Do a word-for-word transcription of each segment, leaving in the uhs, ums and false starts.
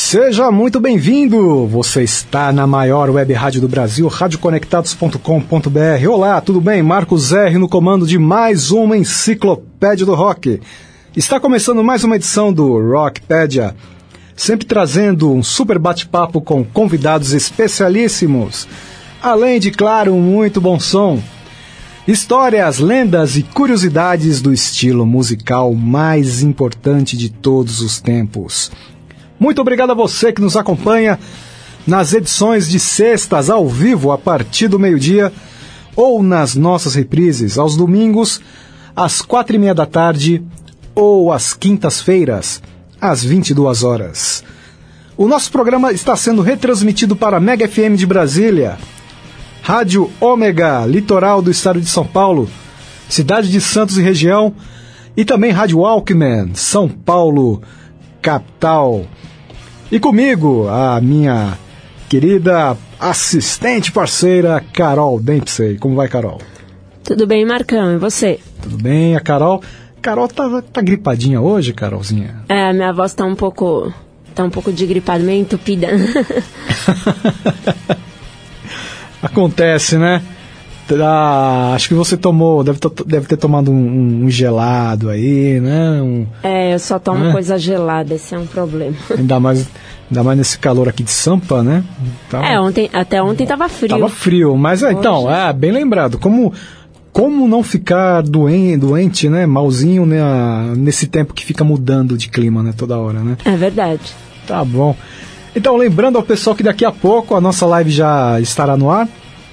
Seja muito bem-vindo! Você está na maior web rádio do Brasil, rádio conectados ponto com ponto b r. Olá, tudo bem? Marcos R. no comando de mais uma enciclopédia do rock. Está começando mais uma edição do Rockpedia, sempre trazendo um super bate-papo com convidados especialíssimos, além de, claro, muito bom som. Histórias, lendas e curiosidades do estilo musical mais importante de todos os tempos. Muito obrigado a você que nos acompanha nas edições de sextas ao vivo a partir do meio-dia ou nas nossas reprises aos domingos às quatro e meia da tarde ou às quintas-feiras às vinte e duas horas. O nosso programa está sendo retransmitido para a Mega F M de Brasília, Rádio Ômega, litoral do estado de São Paulo, cidade de Santos e região, e também Rádio Walkman, São Paulo, capital. E comigo, a minha querida assistente parceira, Carol Dempsey. Como vai, Carol? Tudo bem, Marcão, e você? Tudo bem, a Carol... Carol tá, tá gripadinha hoje, Carolzinha? É, minha voz tá um pouco... Tá um pouco de gripada, meio entupida. Acontece, né? Ah, acho que você tomou, deve, deve ter tomado um, um gelado aí, né? Um, é, eu só tomo né? coisa gelada, esse é um problema. Ainda mais, ainda mais nesse calor aqui de Sampa, né? Então, é, ontem, até ontem tava frio. Tava frio, mas é, então, é, bem lembrado. Como, como não ficar doente, doente, né? Malzinho, né? Nesse tempo que fica mudando de clima, né? Toda hora, né? É verdade. Tá bom. Então, lembrando ao pessoal que daqui a pouco a nossa live já estará no ar.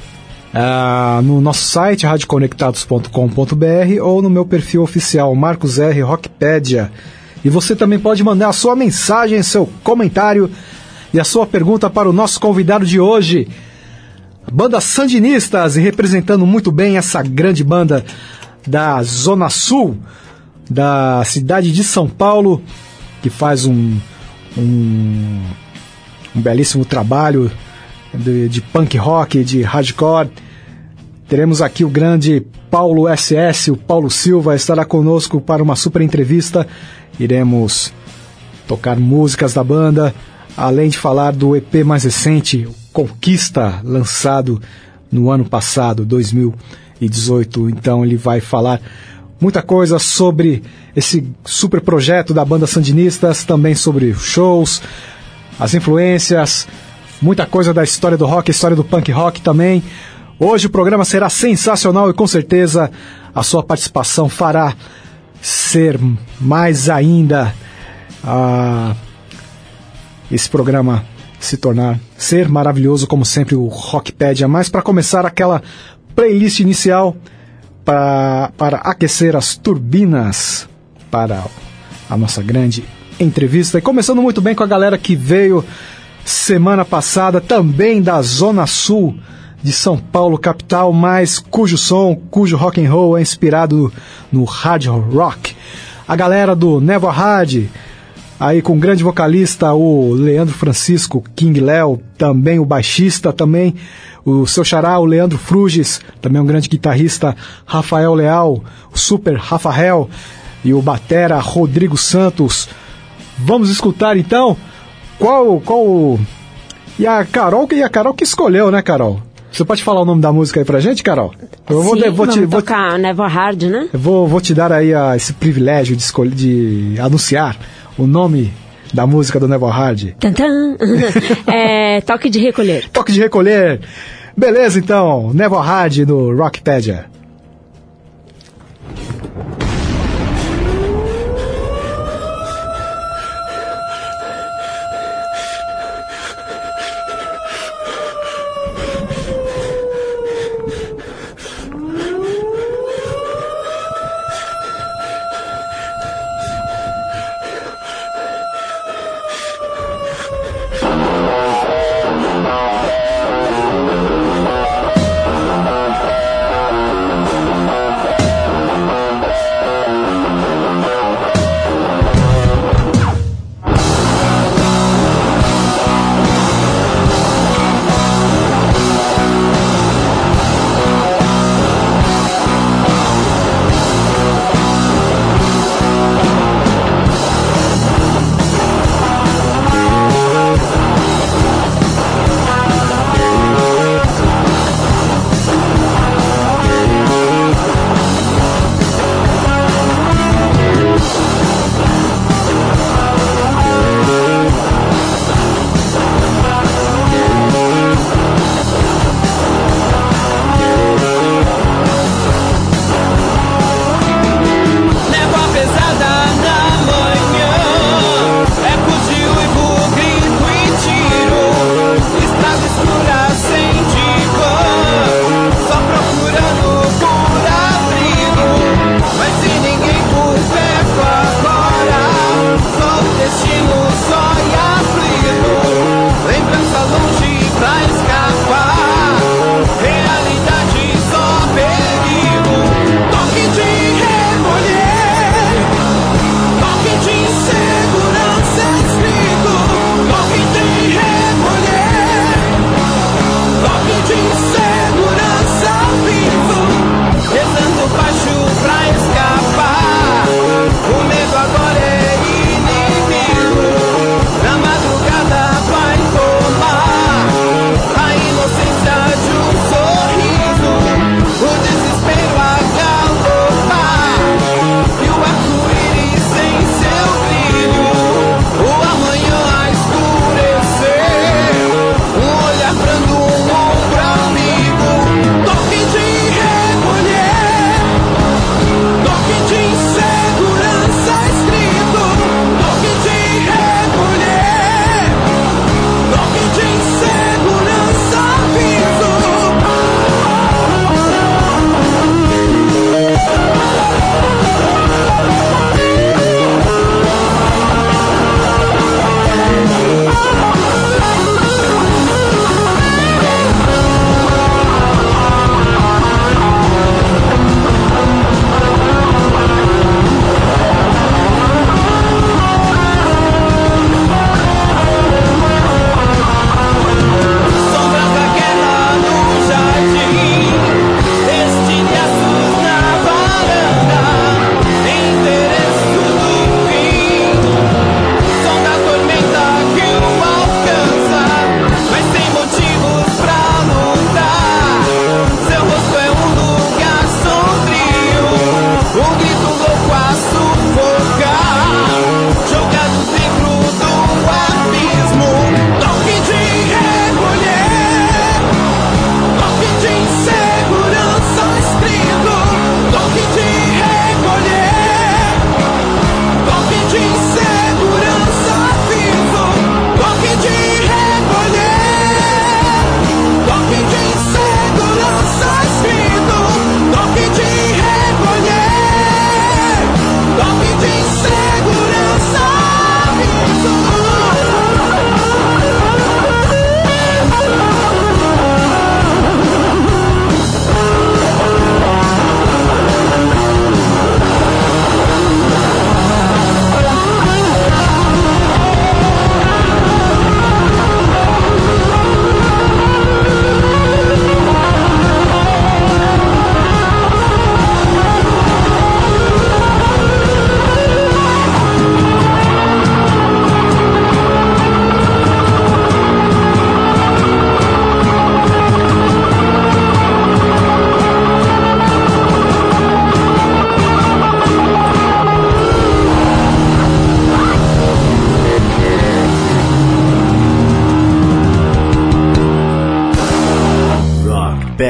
Uh, no nosso site, rádio conectados ponto com ponto b r, ou no meu perfil oficial, Marcos R. Rockpedia. E você também pode mandar a sua mensagem, seu comentário e a sua pergunta para o nosso convidado de hoje, Banda Sandinistas, e representando muito bem essa grande banda da Zona Sul, da cidade de São Paulo, que faz um, um, um belíssimo trabalho de, de punk rock, de hardcore. Teremos aqui o grande Paulo S S, o Paulo Silva, estará conosco para uma super entrevista. Iremos tocar músicas da banda, além de falar do E P mais recente, Conquista, lançado no ano passado, dois mil e dezoito. Então ele vai falar muita coisa sobre esse super projeto da banda Sandinistas, também sobre shows, as influências, muita coisa da história do rock, história do punk rock também. Hoje o programa será sensacional e com certeza a sua participação fará ser mais ainda uh, esse programa se tornar, ser maravilhoso como sempre o Rockpedia. Mas para começar aquela playlist inicial pra, para aquecer as turbinas para a nossa grande entrevista. E começando muito bem com a galera que veio semana passada, também da Zona Sul de São Paulo, capital, mas cujo som, cujo rock and roll é inspirado no hard rock. A galera do Never Hard, aí com o grande vocalista, o Leandro Francisco, King Léo, também o baixista, também o seu xará, o Leandro Fruges, também um grande guitarrista, Rafael Leal, o Super Rafael, e o batera Rodrigo Santos. Vamos escutar então qual... qual... E a Carol, e a Carol que escolheu, né, Carol? Você pode falar o nome da música aí pra gente, Carol? Eu vou, Sim, vou, te, vou tocar Never Hard, né? Eu vou, vou te dar aí a, esse privilégio de, escolher, de anunciar o nome da música do Never Hard. Tantan. É, Toque de Recolher. Toque de Recolher. Beleza, então. Never Hard no Rockpedia. Oh,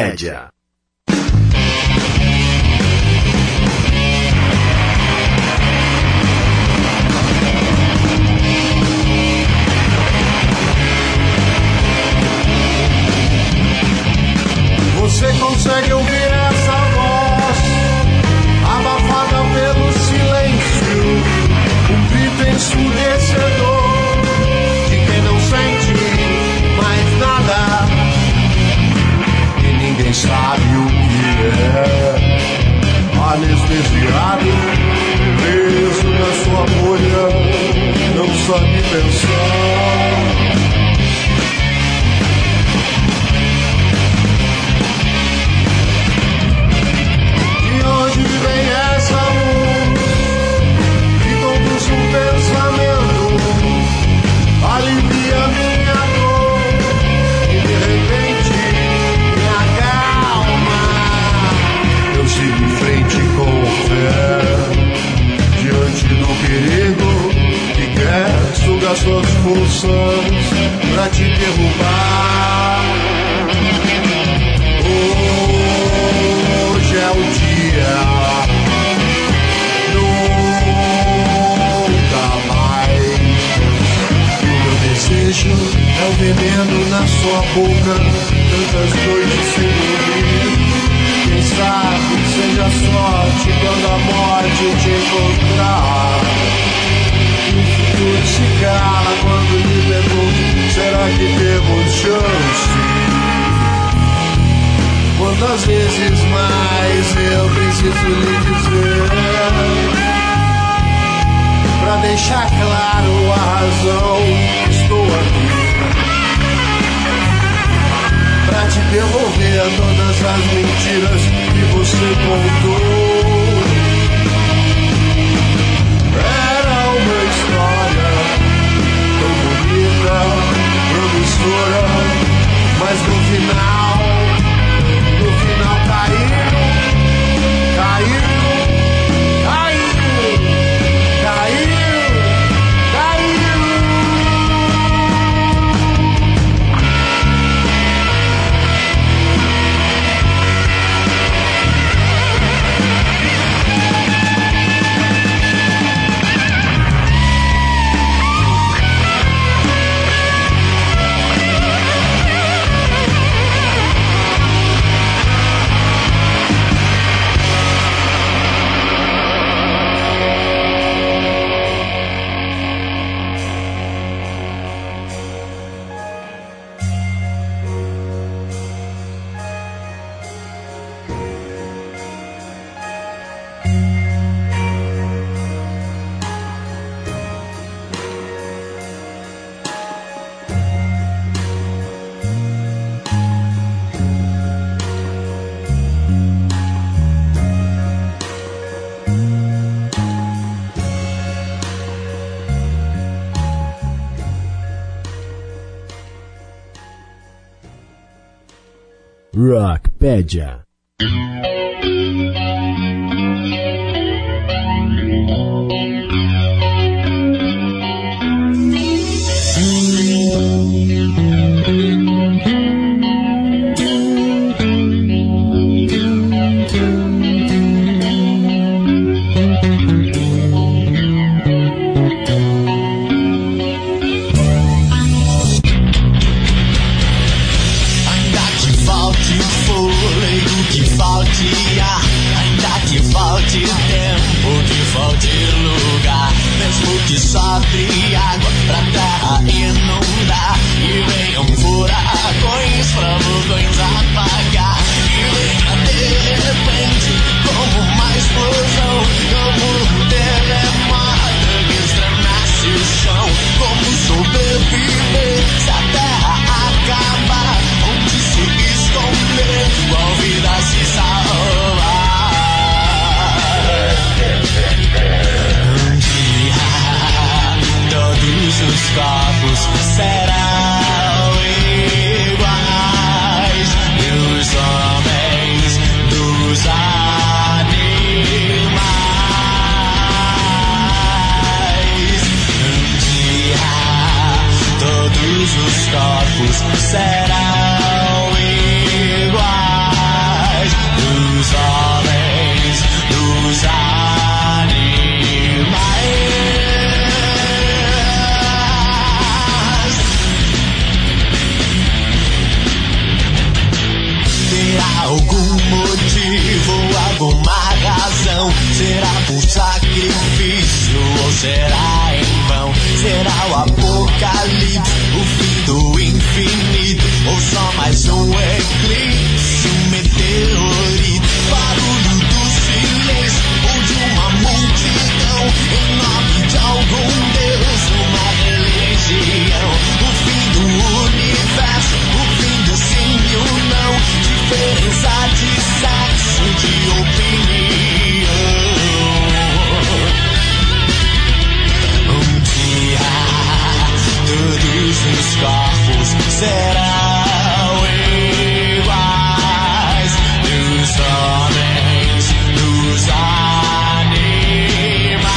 Rockpedia. Você consegue ouvir essa voz abafada pelo silêncio, um grito ensurdecedor de quem não sente mais nada e ninguém sabe o que é. Anestesiado, preso na sua bolha, não sabe pensar. Vem essa luz que conduz um pensamento, alivia minha dor e de repente me acalma. Eu sigo em frente com fé diante do perigo que quer sugar suas forças pra te derrubar. Hoje é o dia. Desejo é o veneno na sua boca, tantas noites sem dormir. Quem sabe seja sorte quando a morte te encontrar. E o futuro se cala quando lhe pergunto: será que temos chance? Quantas vezes mais eu preciso lhe dizer, pra deixar claro a razão, estou aqui pra te devolver todas as mentiras que você contou. Era uma história tão bonita, promissora, mas no final, no final caiu, caiu. Rockpedia. serão iguais. será o apocalipse, o fim do infinito, ou só mais um eclipse, um meteorito, barulho do silêncio, ou de uma multidão, em nome de algum Deus, uma religião, o fim do universo, o fim do sim e o não, diferença de sexo, de opinião. Um dia todos os corpos serão iguais, dos homens, dos animais.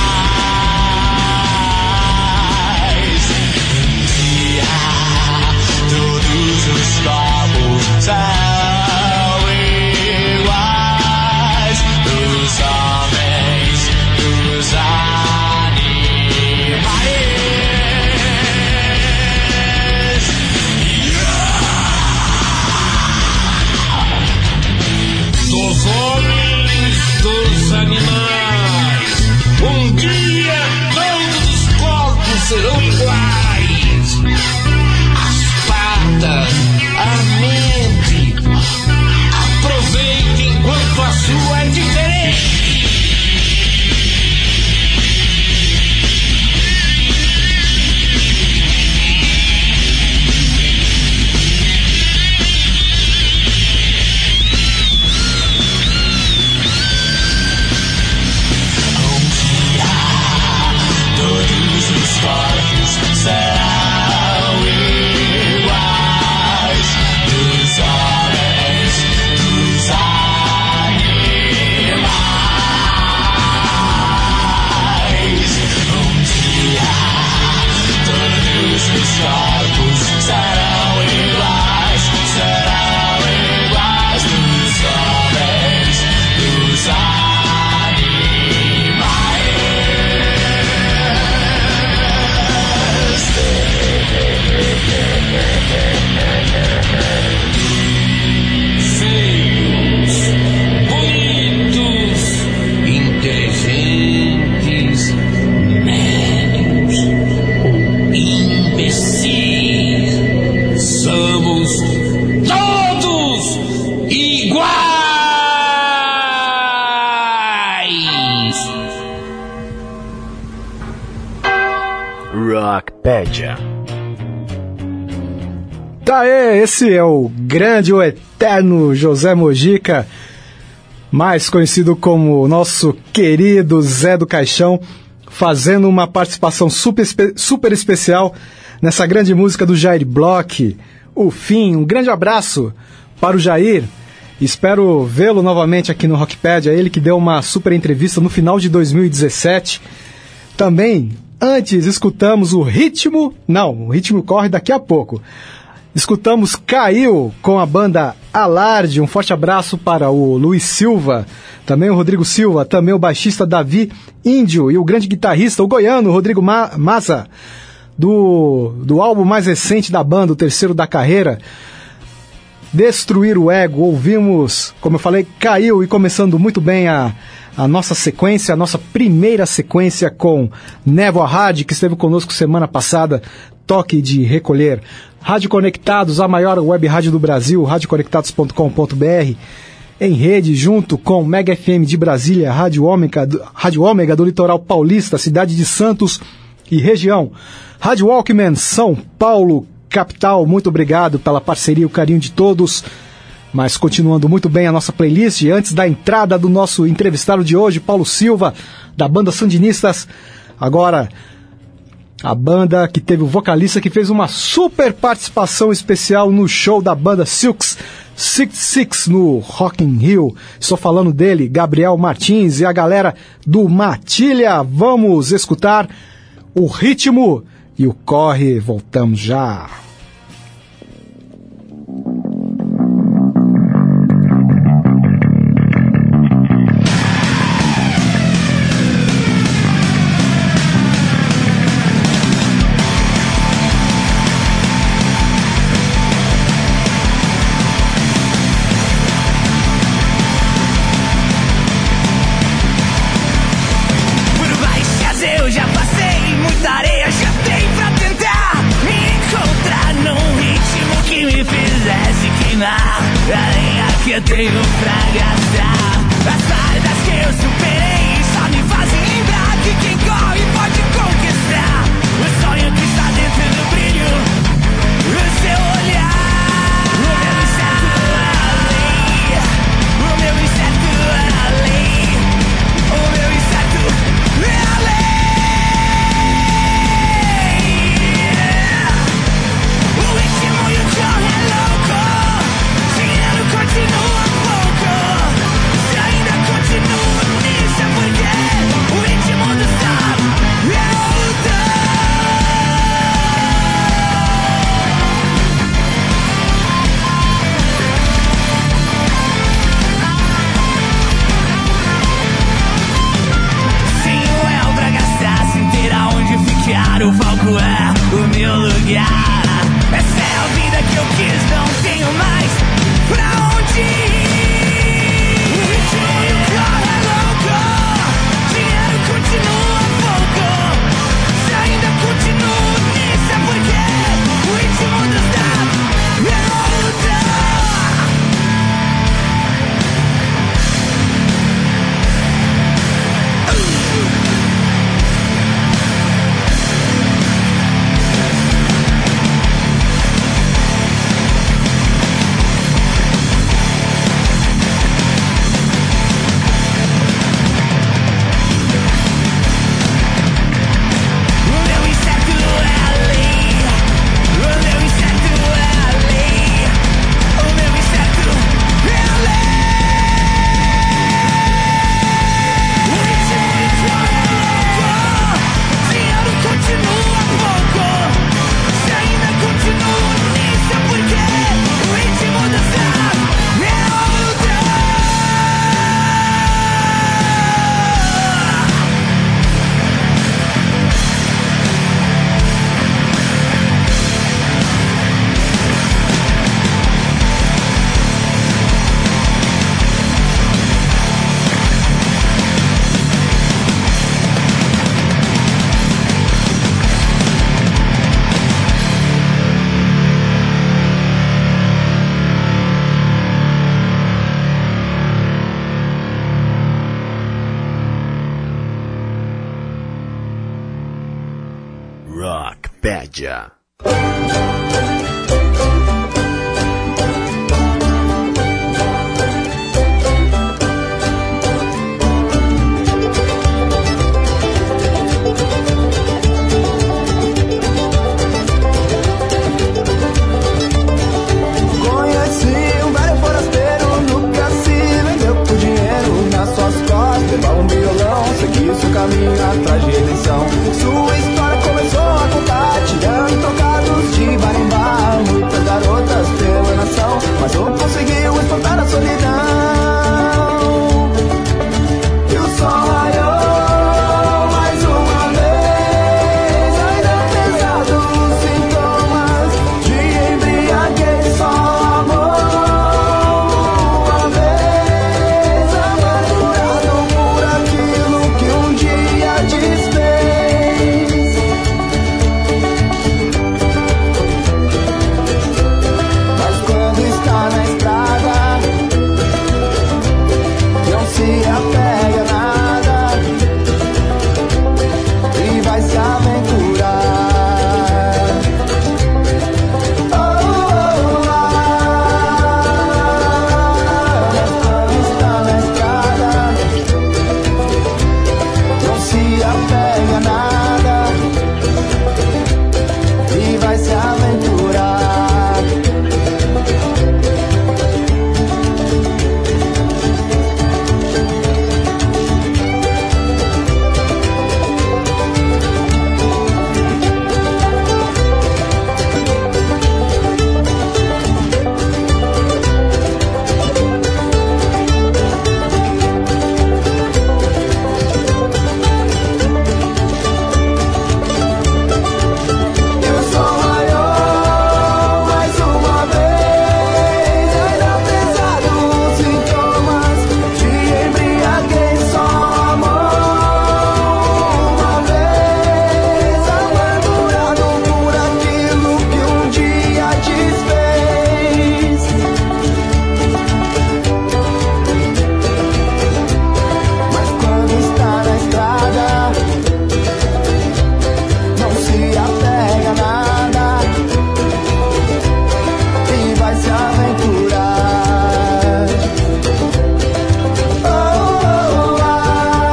Um dia todos os corpos serão iguais, dos homens, dos animais. Dos homens, dos animais. Um dia todos os corpos serão iguais. As patas, a mente. Aproveite enquanto a sua é diferente. Rockpedia. Tá aí, esse é o grande, o eterno José Mojica, mais conhecido como nosso querido Zé do Caixão, fazendo uma participação super, super especial nessa grande música do Jair Bloch, O Fim. Um grande abraço para o Jair. Espero vê-lo novamente aqui no Rockpedia, ele que deu uma super entrevista no final de dois mil e dezessete. Também, antes, escutamos o Ritmo... Não, o Ritmo corre daqui a pouco. Escutamos Caiu com a banda Alarde. Um forte abraço para o Luiz Silva, também o Rodrigo Silva, também o baixista Davi Índio e o grande guitarrista, o goiano Rodrigo Ma- Maza, do, do álbum mais recente da banda, o terceiro da carreira, Destruir o Ego. Ouvimos, como eu falei, Caiu, e começando muito bem a, a nossa sequência, a nossa primeira sequência com Névoa Hard, que esteve conosco semana passada, Toque de Recolher. Rádio Conectados, a maior web rádio do Brasil, rádio conectados ponto com ponto b r, em rede junto com Mega F M de Brasília, Rádio Ômega, Rádio Ômega do Litoral Paulista, cidade de Santos e região, Rádio Walkman, São Paulo, capital. Muito obrigado pela parceria e o carinho de todos. Mas continuando muito bem a nossa playlist, antes da entrada do nosso entrevistado de hoje, Paulo Silva, da banda Sandinistas, agora a banda que teve o vocalista que fez uma super participação especial no show da banda Silks sessenta e seis no Rock in Rio. Estou falando dele, Gabriel Martins, e a galera do Matilha. Vamos escutar o Ritmo e o Corre. Voltamos já. Por baixas eu já passei, muita areia já tem. Rockpedia. Levar um violão, seguir seu caminho atrás de redenção. Sua história começou a contar, tirando tocados de barimbá. Muitas garotas pela nação, mas não conseguiu espantar a solidão. E o sol raiou mais uma vez, ainda pesado os sintomas de embriaguez. Só amor uma vez, amargurado por aquilo que um dia desfez. Mas quando está na estrada, não se apega a nada e vai se aventurar. Oh, oh, oh, ah. Mas quando está na estrada, não se apega a nada e vai se aventurar. E o sol raiou mais uma vez, ainda pesado os sintomas de embriaguez. Só amor uma vez, amargurado por aquilo que um dia desfez. Mas quando está na estrada, não se apega a nada e vai se aventurar. Oh, oh, oh, ah.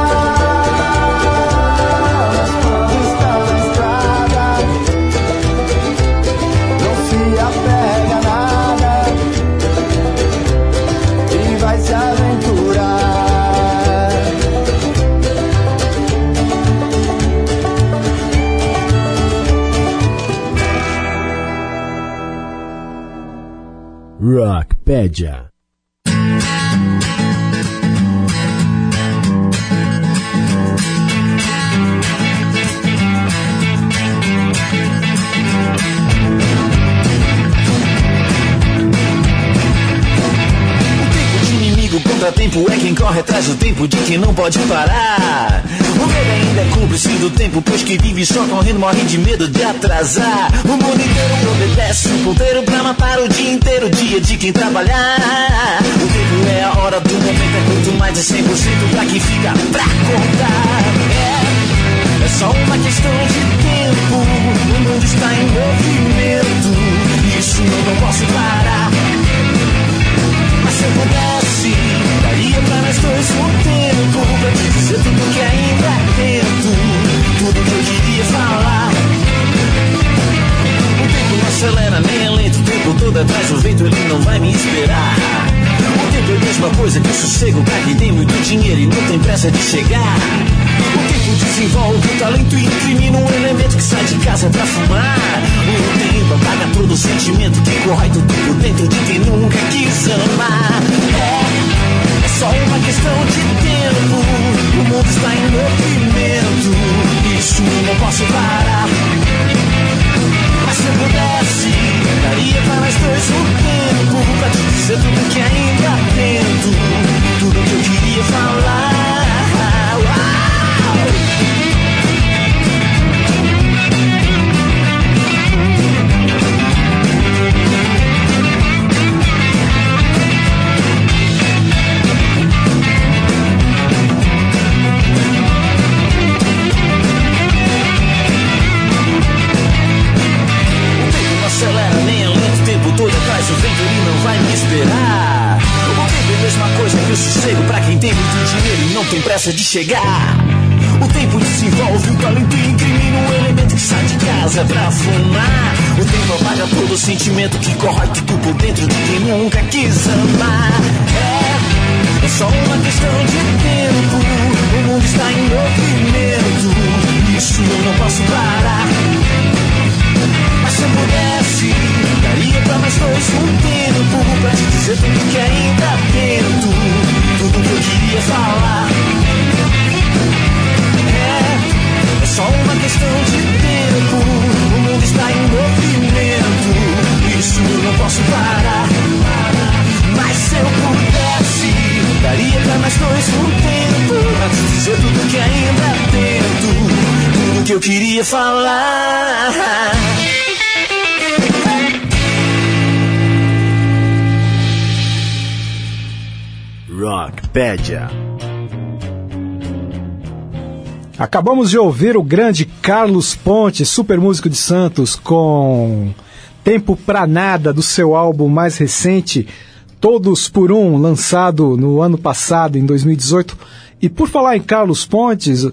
Mas quando está na estrada, não se apega a nada e vai se aventurar. Rockpedia. Inimigo contra tempo é quem corre atrás do tempo de quem não pode parar. O medo ainda é cúmplice do tempo, pois quem vive só correndo morre de medo de atrasar. O mundo inteiro obedece o ponteiro pra matar o dia inteiro, dia de quem trabalhar. O tempo é a hora do momento, é quanto mais de cem por cento pra quem fica pra contar. É, é só uma questão de tempo, o mundo está em movimento, isso eu não posso parar. Mas se eu pudesse, daria pra nós dois um tempo pra te dizer tudo que ainda tento, tudo que eu queria falar. O tempo não acelera nem é lento, o tempo todo atrás do vento, ele não vai me esperar. O tempo é a mesma coisa que o sossego pra quem tem muito dinheiro e não tem pressa de chegar. O tempo desenvolve o talento e incrimina um elemento que sai de casa pra fumar. O tempo apaga todo o sentimento que corrói tudo por dentro de quem nunca quis amar. É, é só uma questão de tempo, o mundo está em movimento, isso não posso parar. Mas se eu pudesse, daria pra nós dois um tempo pra te dizer tudo que ainda tento, tudo que eu queria falar. Uau! tem pressa de chegar. O tempo desenvolve, o talento incrimina um elemento que sai de casa pra fumar. O tempo apaga todo o sentimento que corrói tudo por dentro de quem nunca quis amar. É, é só uma questão de tempo, o mundo está em movimento, isso eu não posso parar. Mas se eu pudesse, daria pra mais dois um tempo, pra te dizer tudo que ainda tento, tudo que eu queria falar. É, é só uma questão de tempo, o mundo está em movimento, isso eu não posso parar. Mas se eu pudesse, daria pra mais dois um tempo, pra te dizer tudo que ainda tento, tudo que eu queria falar. Rockpedia. Acabamos de ouvir o grande Carlos Pontes, super músico de Santos, com Tempo Pra Nada, do seu álbum mais recente, Todos por Um, lançado no ano passado, em dois mil e dezoito. E por falar em Carlos Pontes,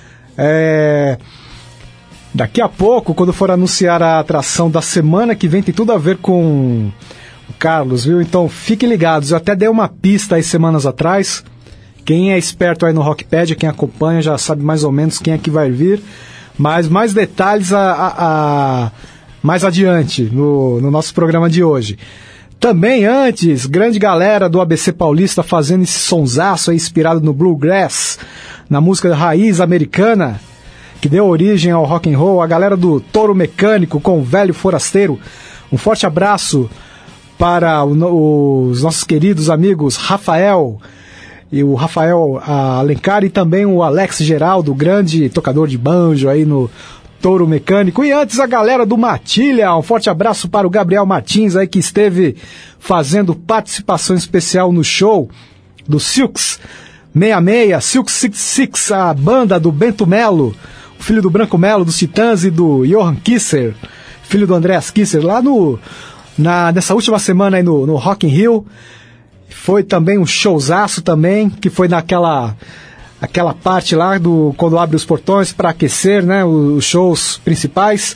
é... daqui a pouco, quando for anunciar a atração da semana que vem, tem tudo a ver com o Carlos, viu? Então fiquem ligados, eu até dei uma pista aí semanas atrás. Quem é esperto aí no Rockpedia, quem acompanha já sabe mais ou menos quem é que vai vir, mas mais detalhes a, a, a, mais adiante no, no nosso programa de hoje. Também antes, grande galera do A B C Paulista fazendo esse sonsaço aí inspirado no Bluegrass, na música raiz americana, que deu origem ao rock and roll, a galera do Touro Mecânico com o Velho Forasteiro. Um forte abraço para o, os nossos queridos amigos Rafael, e o Rafael Alencar e também o Alex Geraldo, grande tocador de banjo aí no Touro Mecânico. E antes a galera do Matilha, um forte abraço para o Gabriel Martins aí, que esteve fazendo participação especial no show do Silks sessenta e seis, Silks sessenta e seis, a banda do Bento Melo, o filho do Branco Melo, dos Titãs, e do Johan Kisser, filho do Andreas Kisser, lá no, na, nessa última semana aí no, no Rock in Rio. Foi também um showzaço também, que foi naquela aquela parte lá do quando abre os portões para aquecer, né, os shows principais.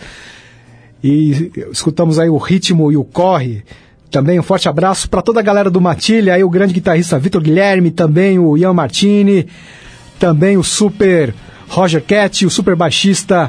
E escutamos aí o ritmo e o corre. Também um forte abraço para toda a galera do Matilha, aí o grande guitarrista Vitor Guilherme, também o Ian Martini, também o super Roger Cat, o super baixista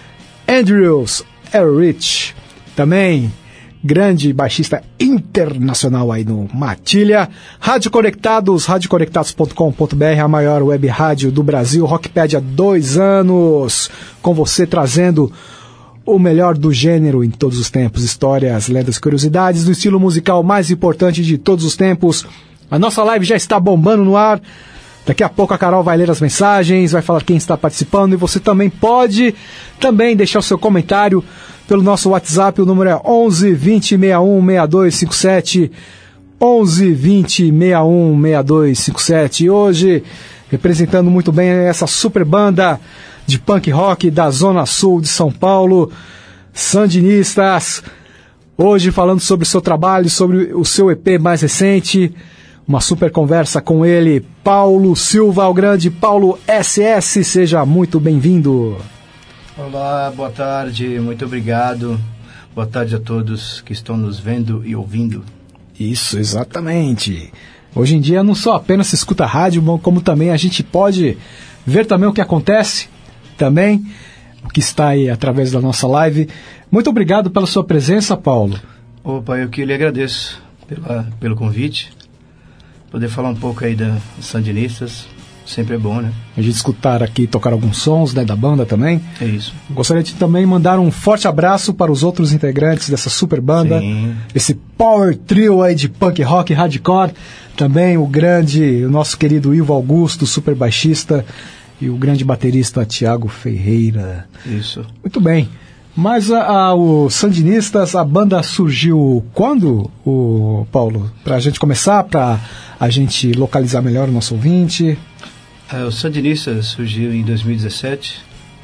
Andrews Elrich, também grande baixista internacional aí no Matilha. Rádio Conectados, rádio conectados ponto com ponto b r, a maior web rádio do Brasil, Rockpedia há dois anos, com você trazendo o melhor do gênero em todos os tempos, histórias, lendas, curiosidades do estilo musical mais importante de todos os tempos. A nossa live já está bombando no ar. Daqui a pouco a Carol vai ler as mensagens, vai falar quem está participando, e você também pode também deixar o seu comentário pelo nosso WhatsApp. O número é onze, vinte, sessenta e um, sessenta e dois cinquenta e sete, onze, vinte, sessenta e um, sessenta e dois cinquenta e sete. E hoje, representando muito bem essa super banda de punk rock da Zona Sul de São Paulo, Sandinistas, hoje falando sobre o seu trabalho, sobre o seu E P mais recente, uma super conversa com ele, Paulo Silva, o grande Paulo S S, seja muito bem-vindo. Olá, boa tarde, muito obrigado, boa tarde a todos que estão nos vendo e ouvindo. Isso, exatamente. Hoje em dia não só apenas se escuta rádio, como também a gente pode ver também o que acontece, também o que está aí através da nossa live. Muito obrigado pela sua presença, Paulo. Opa, eu que lhe agradeço pela, pelo convite, poder falar um pouco aí da Sandinistas, sempre é bom, né? A gente escutar aqui, tocar alguns sons, né, da banda também. É isso. Gostaria de também mandar um forte abraço para os outros integrantes dessa super banda. Sim. Esse power trio aí de punk rock hardcore. Também o grande, o nosso querido Ivo Augusto, super baixista, e o grande baterista Thiago Ferreira. Isso. Muito bem. Mas a, a, o Sandinistas, a banda surgiu quando, o Paulo? Para a gente começar, para a gente localizar melhor o nosso ouvinte. É, o Sandinistas surgiu em dois mil e dezessete,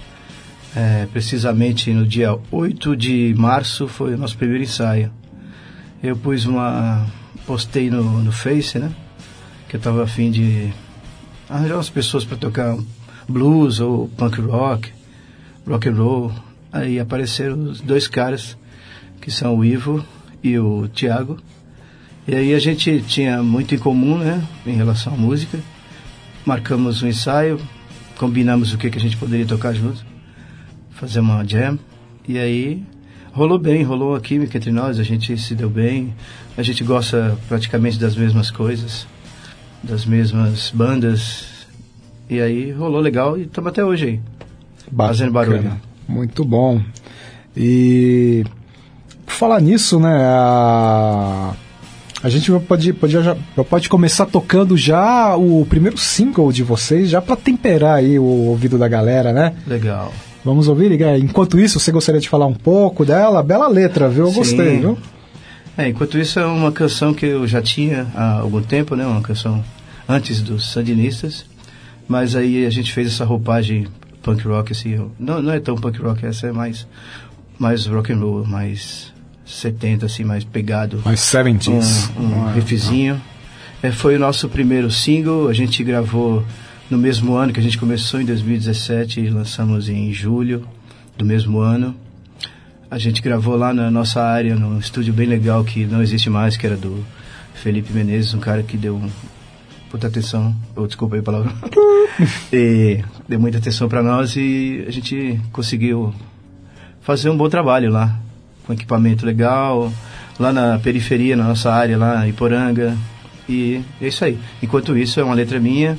é, precisamente no dia oito de março foi o nosso primeiro ensaio. Eu pus uma... postei no, no Face, né, que eu estava a fim de arranjar umas pessoas para tocar blues ou punk rock, rock and roll. Aí apareceram os dois caras, que são o Ivo e o Thiago. E aí a gente tinha muito em comum, né, em relação à música. Marcamos um ensaio, combinamos o que, que a gente poderia tocar junto, fazer uma jam. E aí rolou bem, rolou a química entre nós, a gente se deu bem. A gente gosta praticamente das mesmas coisas, das mesmas bandas. E aí rolou legal e estamos até hoje aí, Bacana. fazendo barulho. Muito bom. E por falar nisso, né, a, a gente pode, pode, já, pode começar tocando já o primeiro single de vocês, já para temperar aí o ouvido da galera, né? Legal. Vamos ouvir, ligar. Enquanto isso, você gostaria de falar um pouco dela? Bela letra, viu? Eu Sim. gostei, viu? É, enquanto isso é uma canção que eu já tinha há algum tempo, né? Uma canção antes dos Sandinistas. Mas aí a gente fez essa roupagem punk rock, assim. Não, não é tão punk rock, essa é mais, mais rock and roll, mais setenta, assim, mais pegado. Mais seventies. Um, um riffzinho. É, foi o nosso primeiro single, a gente gravou no mesmo ano que a gente começou, em dois mil e dezessete, e lançamos em julho do mesmo ano. A gente gravou lá na nossa área, num estúdio bem legal que não existe mais, que era do Felipe Menezes, um cara que deu puta atenção, ou desculpa aí a palavra, e deu muita atenção para nós e a gente conseguiu fazer um bom trabalho lá, com equipamento legal, lá na periferia, na nossa área, lá em Iporanga, e é isso aí. Enquanto isso, é uma letra minha,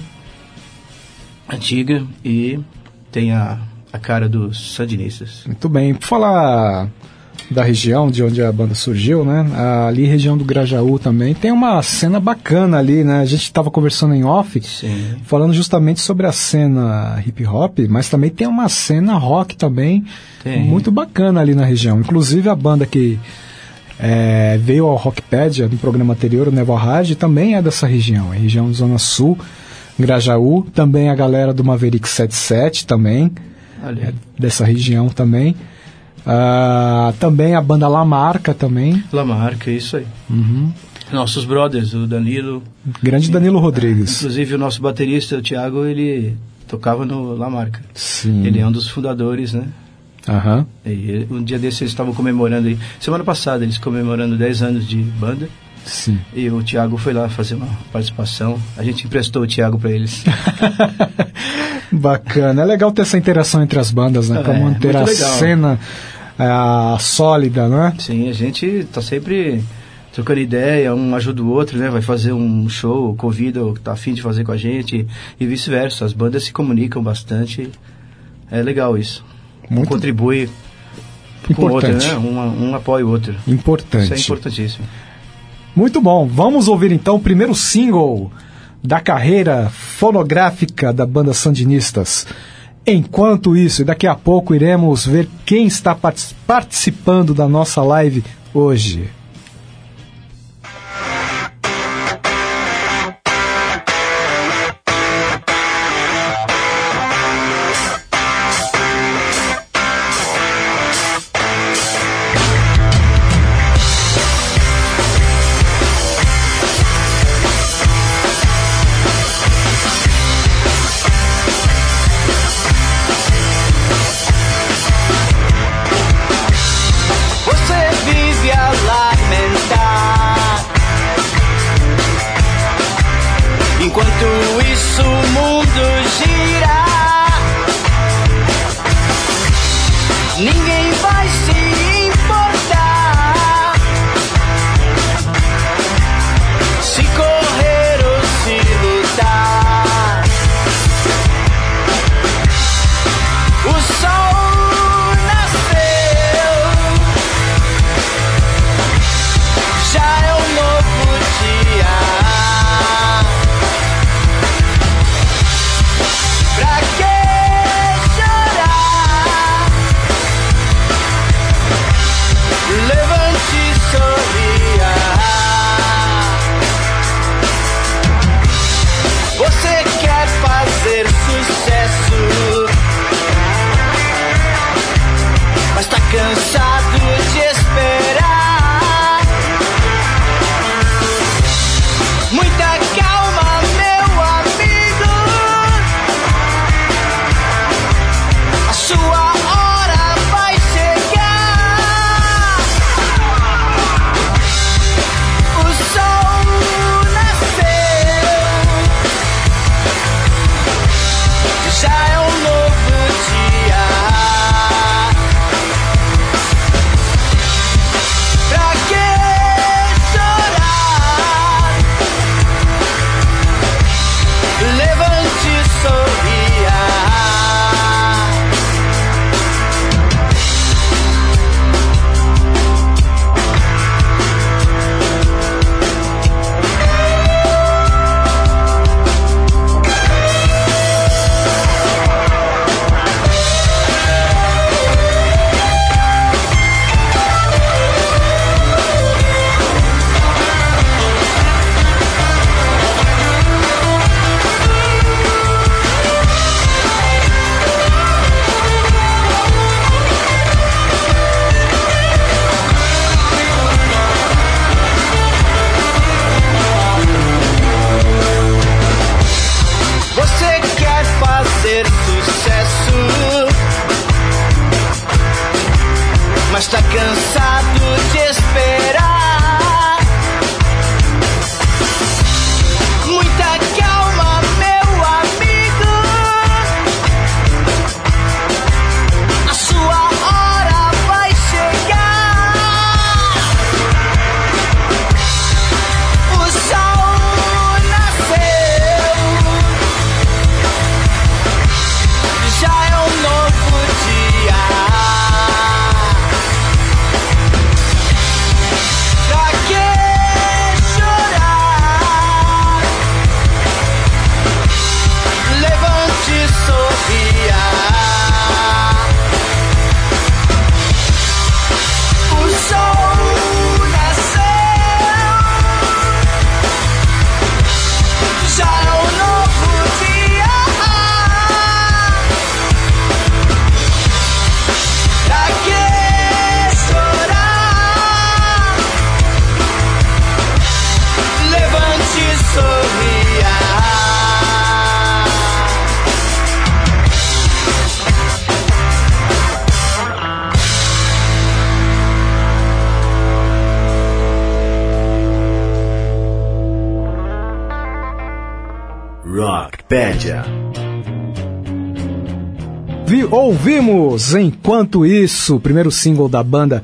antiga, e tem a, a cara dos Sandinistas. Muito bem. Por falar da região de onde a banda surgiu, né? Ali, região do Grajaú também, tem uma cena bacana ali, né? A gente estava conversando em off, Sim. falando justamente sobre a cena hip hop, mas também tem uma cena rock também, Tem. muito bacana ali na região. Inclusive a banda que é, veio ao Rockpedia no programa anterior, o Nevo Hard, também é dessa região, é região Zona Sul, Grajaú, também a galera do Maverick setenta e sete também, Ali. é dessa região também. Uh, também a banda Lamarca também. Lamarca, isso aí. Uhum. Nossos brothers, o Danilo. Grande Danilo Rodrigues. Inclusive o nosso baterista, o Thiago, ele tocava no Lamarca. Sim. Ele é um dos fundadores, né? Aham. E ele- um dia desses eles estavam comemorando, aí- semana passada, eles comemorando dez anos de banda. Sim. E o Thiago foi lá fazer uma participação. A gente emprestou o Thiago para eles. Bacana. É legal ter essa interação entre as bandas, né? É, Pra manter muito a legal. cena ah, sólida, né? Sim, a gente tá sempre trocando ideia, um ajuda o outro, né? Vai fazer um show, convida o que tá afim de fazer com a gente e vice-versa. As bandas se comunicam bastante. É legal isso. Um Muito contribui com o outro, importante. né? Um, um apoia o outro. Importante. Isso é importantíssimo. Muito bom. Vamos ouvir então o primeiro single da carreira fonográfica da banda Sandinistas. Enquanto isso, e daqui a pouco iremos ver quem está partic- participando da nossa live hoje. Você vive a lamentar, enquanto isso o mundo gira. Ninguém vai se importar se correr ou se lutar. O sol nasceu, já é um novo dia. Pra que chorar? Levante e sorria. Você quer fazer sucesso, mas tá cansado de esperar. Muita calma, meu amigo. mas tá cansado de esperar. Muita calma, meu amigo, a sua hora vai chegar. O sol nasceu, já é um novo dia. Pra que chorar? Levante e sorria. O sol nasceu, já é um novo dia. Pra que chorar? Levante e sorria. Rockpedia. Vi, ouvimos, enquanto isso, o primeiro single da banda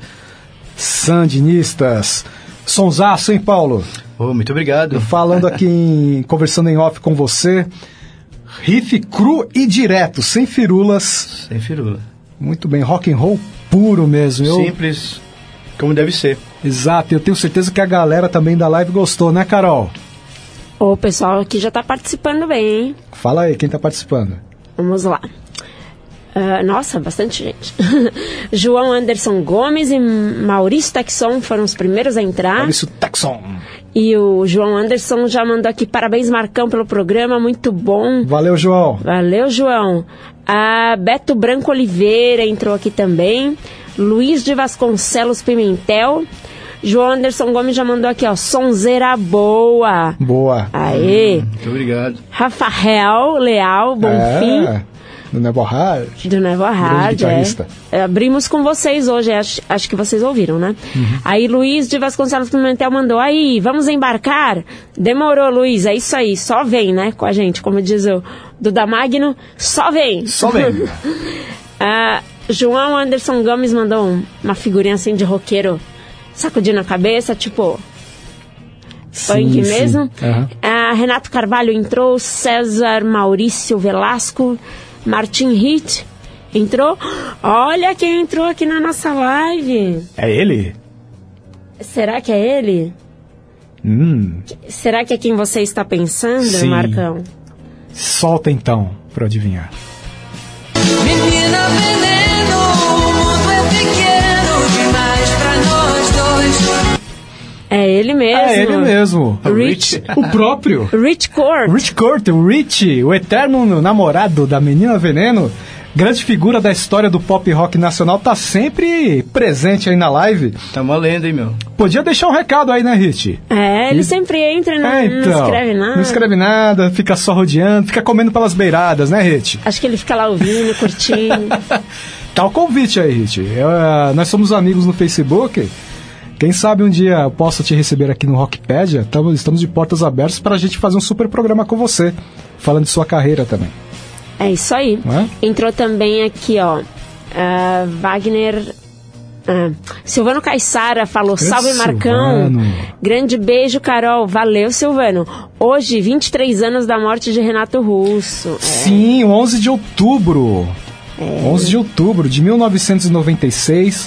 Sandinistas. Sonsaço, hein, Paulo? Oh, muito obrigado. Falando aqui, em, conversando em off com você, riff cru e direto, sem firulas. Sem firula. Muito bem, rock and roll puro mesmo. Eu, Simples, como deve ser. Exato, eu tenho certeza que a galera também da live gostou, né, Carol? O pessoal aqui já tá participando bem, hein? Fala aí, quem tá participando? Vamos lá. Ah, nossa, bastante gente. João Anderson Gomes e Maurício Texon foram os primeiros a entrar. Maurício Texon. E o João Anderson já mandou aqui, parabéns, Marcão, pelo programa, muito bom. Valeu, João. Valeu, João. A Beto Branco Oliveira entrou aqui também. Luiz de Vasconcelos Pimentel. João Anderson Gomes já mandou aqui, ó, sonzeira boa. Boa. Aê. Muito obrigado. Rafael Leal Bonfim. É, do Nevo Hard. Do Nevo Hard, guitarrista. é. Abrimos com vocês hoje, acho, acho que vocês ouviram, né? Uhum. Aí Luiz de Vasconcelos Pimentel mandou, aí, vamos embarcar? Demorou, Luiz, é isso aí, só vem, né, com a gente, como diz o Duda Magno, só vem. Só vem. ah, João Anderson Gomes mandou um, uma figurinha assim de roqueiro, sacudindo a cabeça, tipo... Funk mesmo. Uhum. Ah, Renato Carvalho entrou, César Maurício Velasco, Martin Hitt entrou. Olha quem entrou aqui na nossa live. É ele? Será que é ele? Hum. Será que é quem você está pensando, Sim. Marcão? Solta então, pra adivinhar. Menina veneno, o mundo é pequeno demais pra nós dois. É ele mesmo. É ele mesmo. Rich. O próprio. Rich Court. Rich Court, o Rich, o eterno namorado da Menina Veneno, grande figura da história do pop rock nacional, tá sempre presente aí na live. Tá uma lenda, hein, meu? Podia deixar um recado aí, né, Rich? É, ele e... sempre entra e não, é, então, não escreve nada. Não escreve nada, fica só rodeando, fica comendo pelas beiradas, né, Rich? Acho que ele fica lá ouvindo, curtindo. Tá o convite aí, Rich. Eu, uh, nós somos amigos no Facebook. Quem sabe um dia eu possa te receber aqui no Rockpedia. Tamo, estamos de portas abertas para a gente fazer um super programa com você, falando de sua carreira também. É isso aí. É? Entrou também aqui, ó, uh, Wagner... Uh, Silvano Caissara falou, Grande salve Marcão, Silvano. Grande beijo, Carol, valeu, Silvano. Hoje, vinte e três anos da morte de Renato Russo. É. Sim, onze de outubro. É. onze de outubro de mil novecentos e noventa e seis.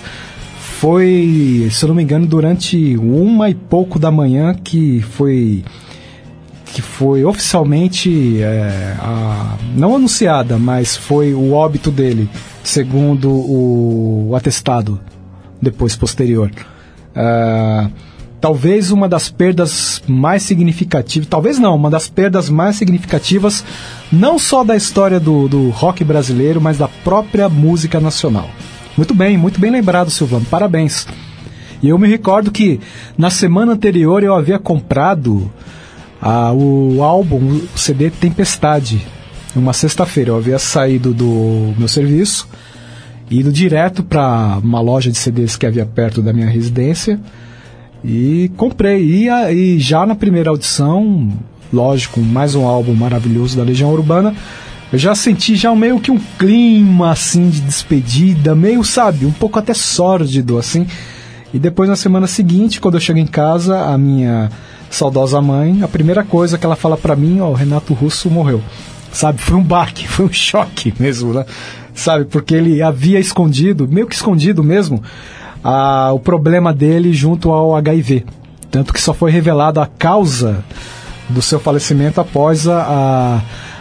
Foi, se eu não me engano, durante uma e pouco da manhã que foi, que foi oficialmente, é, a, não anunciada, mas foi o óbito dele, segundo o, o atestado depois posterior. Uh, talvez uma das perdas mais significativas, talvez não, uma das perdas mais significativas, não só da história do, do rock brasileiro, mas da própria música nacional. Muito bem, muito bem lembrado, Silvano, parabéns. E eu me recordo que na semana anterior eu havia comprado ah, o álbum, o C D Tempestade, numa sexta-feira. Eu havia saído do meu serviço ido direto para uma loja de C Ds que havia perto da minha residência e comprei. E, a- e já na primeira audição, lógico, mais um álbum maravilhoso da Legião Urbana, eu já senti já meio que um clima assim de despedida, meio, sabe, um pouco até sórdido assim. E depois na semana seguinte, quando eu chego em casa, a minha saudosa mãe, a primeira coisa que ela fala pra mim, ó, o Renato Russo morreu. Sabe, foi um baque, foi um choque mesmo, né? Sabe, porque ele havia escondido, meio que escondido mesmo, a, o problema dele junto ao H I V. Tanto que só foi revelado a causa do seu falecimento após a, a,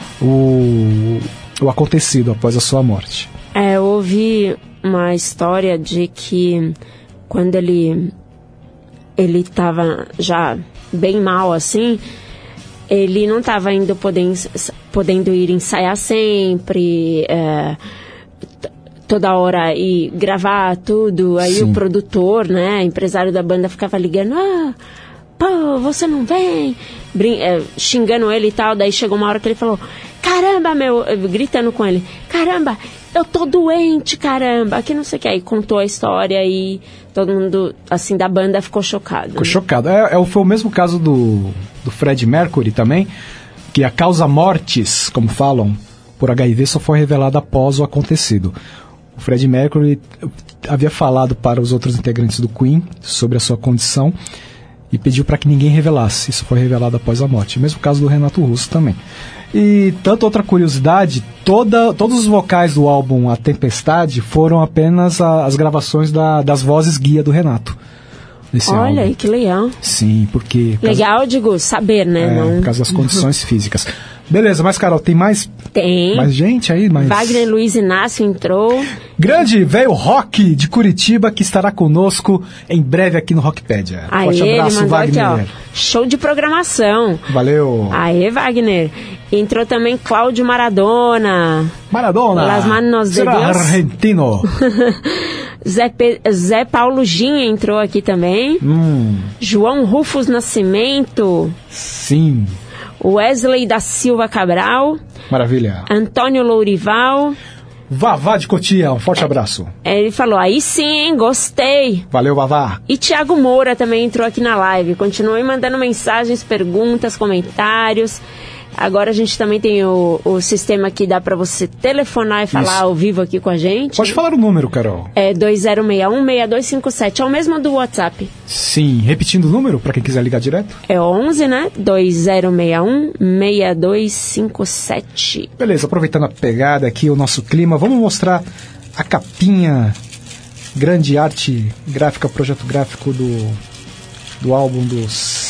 o, o acontecido, após a sua morte. É, eu ouvi uma história de que quando ele ele estava já bem mal assim, ele não estava indo podendo, podendo ir ensaiar sempre, é, t- toda hora ir gravar tudo. Aí Sim. o produtor, né, empresário da banda, ficava ligando, ah, pô, você não vem? Brin- é, xingando ele e tal. Daí chegou uma hora que ele falou, caramba, meu, eh, gritando com ele, caramba, eu tô doente, caramba, que não sei o que. Aí contou a história e todo mundo, assim, da banda ficou chocado. Ficou né? chocado. É, é, foi o mesmo caso do, do Fred Mercury também, que a causa mortis, como falam, por H I V só foi revelada após o acontecido. O Fred Mercury havia falado para os outros integrantes do Queen sobre a sua condição e pediu para que ninguém revelasse. Isso foi revelado após a morte. O mesmo caso do Renato Russo também. E tanto outra curiosidade, toda, todos os vocais do álbum A Tempestade foram apenas a, as gravações da, das vozes guia do Renato. Nesse Olha álbum. aí, que legal. Sim, porque... por causa- Legal, digo, saber, né? é, não... por causa das condições físicas. Beleza, mas Carol, tem mais, Tem. mais gente aí? Mais... Wagner Luiz Inácio entrou. Grande velho Rock de Curitiba que estará conosco em breve aqui no Rockpedia. Aí Forte ele abraço, mandou Wagner. aqui, ó. Show de programação. Valeu. Aê, Wagner. Entrou também Cláudio Maradona. Maradona. Las manos de Será Dios. argentino. Zé, Pe- Zé Paulo Gin entrou aqui também. hum, João Rufus Nascimento. sim. Wesley da Silva Cabral. Maravilha. Antônio Lourival. Vavá de Cotia, um forte abraço. Ele falou, aí sim, hein, gostei. Valeu, Vavá. E Thiago Moura também entrou aqui na live. Continuem mandando mensagens, perguntas, comentários. Agora a gente também tem o, o sistema que dá pra você telefonar e falar Isso. ao vivo aqui com a gente. Pode falar o número, Carol. É dois zero seis um, seis dois cinco sete. É o mesmo do WhatsApp. Sim, repetindo o número para quem quiser ligar direto. É onze, né? dois zero seis um, seis dois cinco sete. Beleza, aproveitando a pegada aqui, o nosso clima, vamos mostrar a capinha, grande arte gráfica, projeto gráfico do, do álbum dos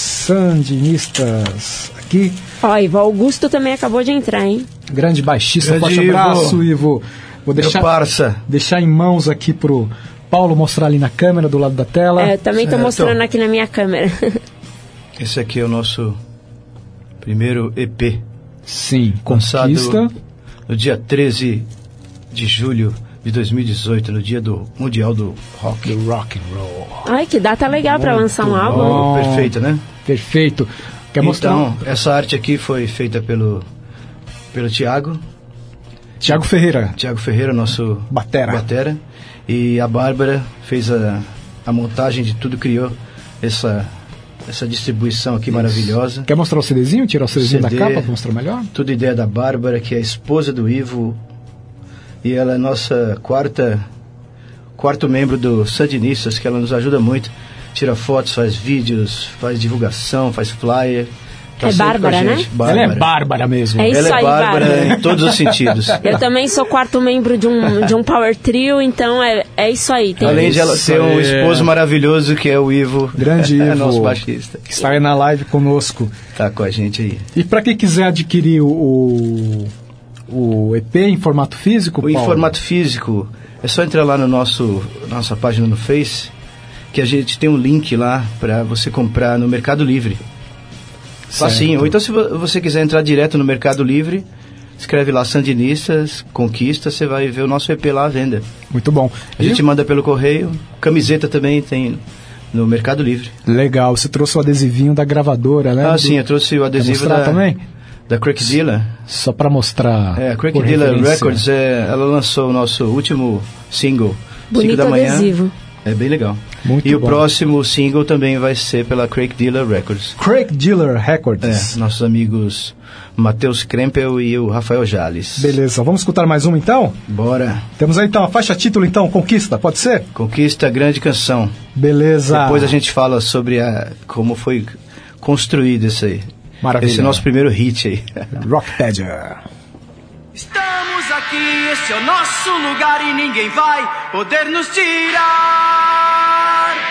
Sandinistas aqui. Ó, Ivo Augusto também acabou de entrar, hein? Grande baixista, Grande forte Ivo. abraço, Ivo. Vou Meu deixar, parça. deixar em mãos aqui pro Paulo mostrar ali na câmera, do lado da tela. É, eu também tô Certo. mostrando aqui na minha câmera. Esse aqui é o nosso primeiro E P, Sim, lançado Conquista. no dia treze de julho de dois mil e dezoito, no dia do Mundial do Rock. Do rock and roll. Ai, que data legal pra lançar um álbum. bom. Perfeito, né? Perfeito. Quer mostrar? Então, essa arte aqui foi feita pelo, pelo Tiago, Tiago Ferreira. Tiago Ferreira, nosso Batera. batera, e a Bárbara fez a, a montagem de tudo, criou essa, essa distribuição aqui maravilhosa. Quer mostrar o CDzinho? Tirar o CDzinho C D. da capa para mostrar melhor? Tudo ideia da Bárbara, que é a esposa do Ivo, e ela é nossa quarta, quarto membro do Sandinistas, que ela nos ajuda muito, tira fotos, faz vídeos, faz divulgação, faz flyer. Tá É sempre Bárbara, com a né? gente. Ela é Bárbara mesmo. É isso Ela é aí, Bárbara Bárbara. em todos os sentidos. Eu também sou quarto membro de um, de um power trio, então é, é isso aí. Tem Além de ela Isso ter um aí. esposo maravilhoso, que é o Ivo. Grande é Ivo. nosso baixista. Que está aí na live conosco. Tá com a gente aí. E para quem quiser adquirir o, o, o E P em formato físico, O em Paulo? formato físico, é só entrar lá no nosso nossa página no Face, que a gente tem um link lá para você comprar no Mercado Livre. Facinho. Certo. Ou então, se vo- você quiser entrar direto no Mercado Livre, escreve lá Sandinistas, Conquista, você vai ver o nosso E P lá à venda. Muito bom. A gente manda pelo correio. Camiseta também tem no Mercado Livre. Legal, você trouxe o adesivinho da gravadora, né? Ah, Do- sim, eu trouxe o Quer adesivo mostrar da, também? Da Crack Dealer. Só para mostrar. É, a Crack Dealer Records, é, ela lançou o nosso último single, cinco da manhã. Adesivo. É bem legal. Muito e bom. O próximo single também vai ser pela Crack Dealer Records. Crack Dealer Records. É, nossos amigos Matheus Krempel e o Rafael Jales. Beleza, vamos escutar mais uma então? Bora. Temos aí então a faixa título então, Conquista, pode ser? Conquista, grande canção. Beleza. Depois a gente fala sobre a, como foi construído isso aí. Maravilha. Esse é o nosso primeiro hit aí. Rockpedia. Estamos aqui, esse é o nosso lugar e ninguém vai poder nos tirar.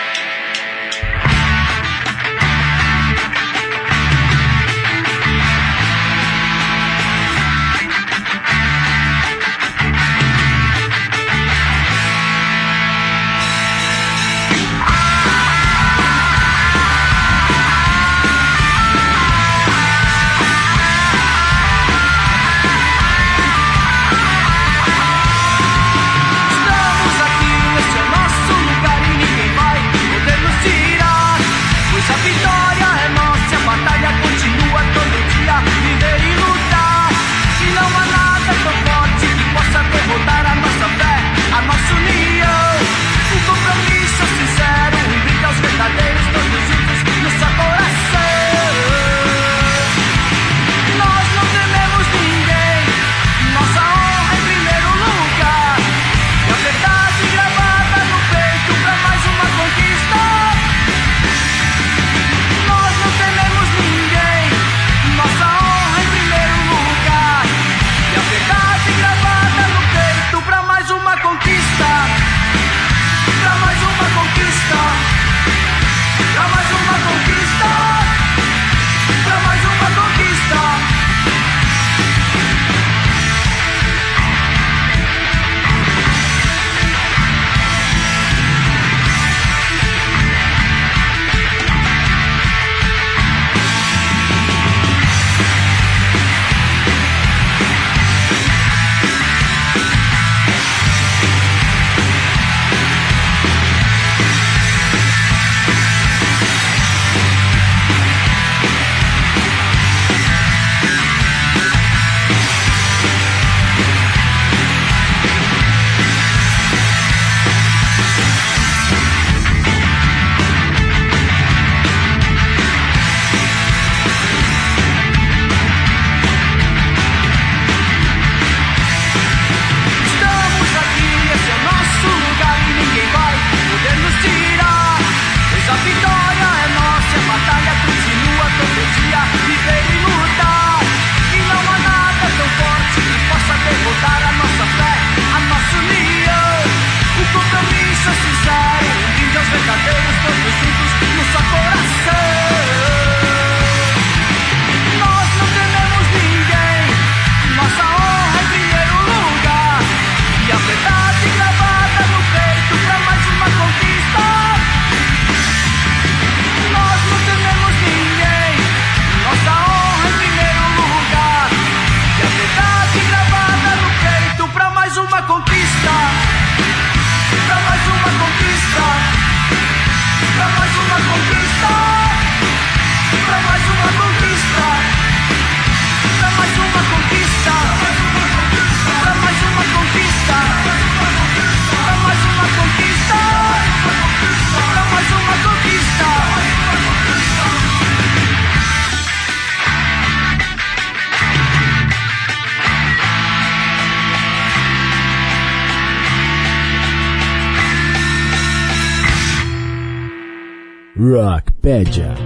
Rockpedia.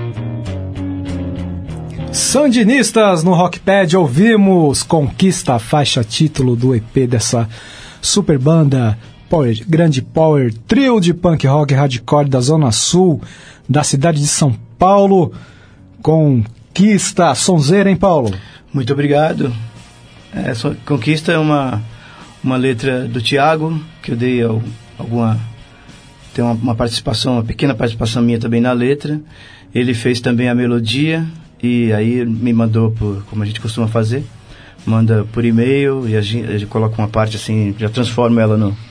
Sandinistas no Rockpedia, ouvimos Conquista, a faixa título do E P dessa super banda, power, grande power trio de punk rock hardcore da Zona Sul, da cidade de São Paulo. Conquista, sonzeira, hein, Paulo? Muito obrigado. É, Conquista é uma, uma letra do Thiago, que eu dei ao, alguma... Tem uma, uma participação, uma pequena participação minha também na letra. Ele fez também a melodia e aí me mandou, por, como a gente costuma fazer, manda por e-mail e a gente, a gente coloca uma parte assim, já transforma ela no,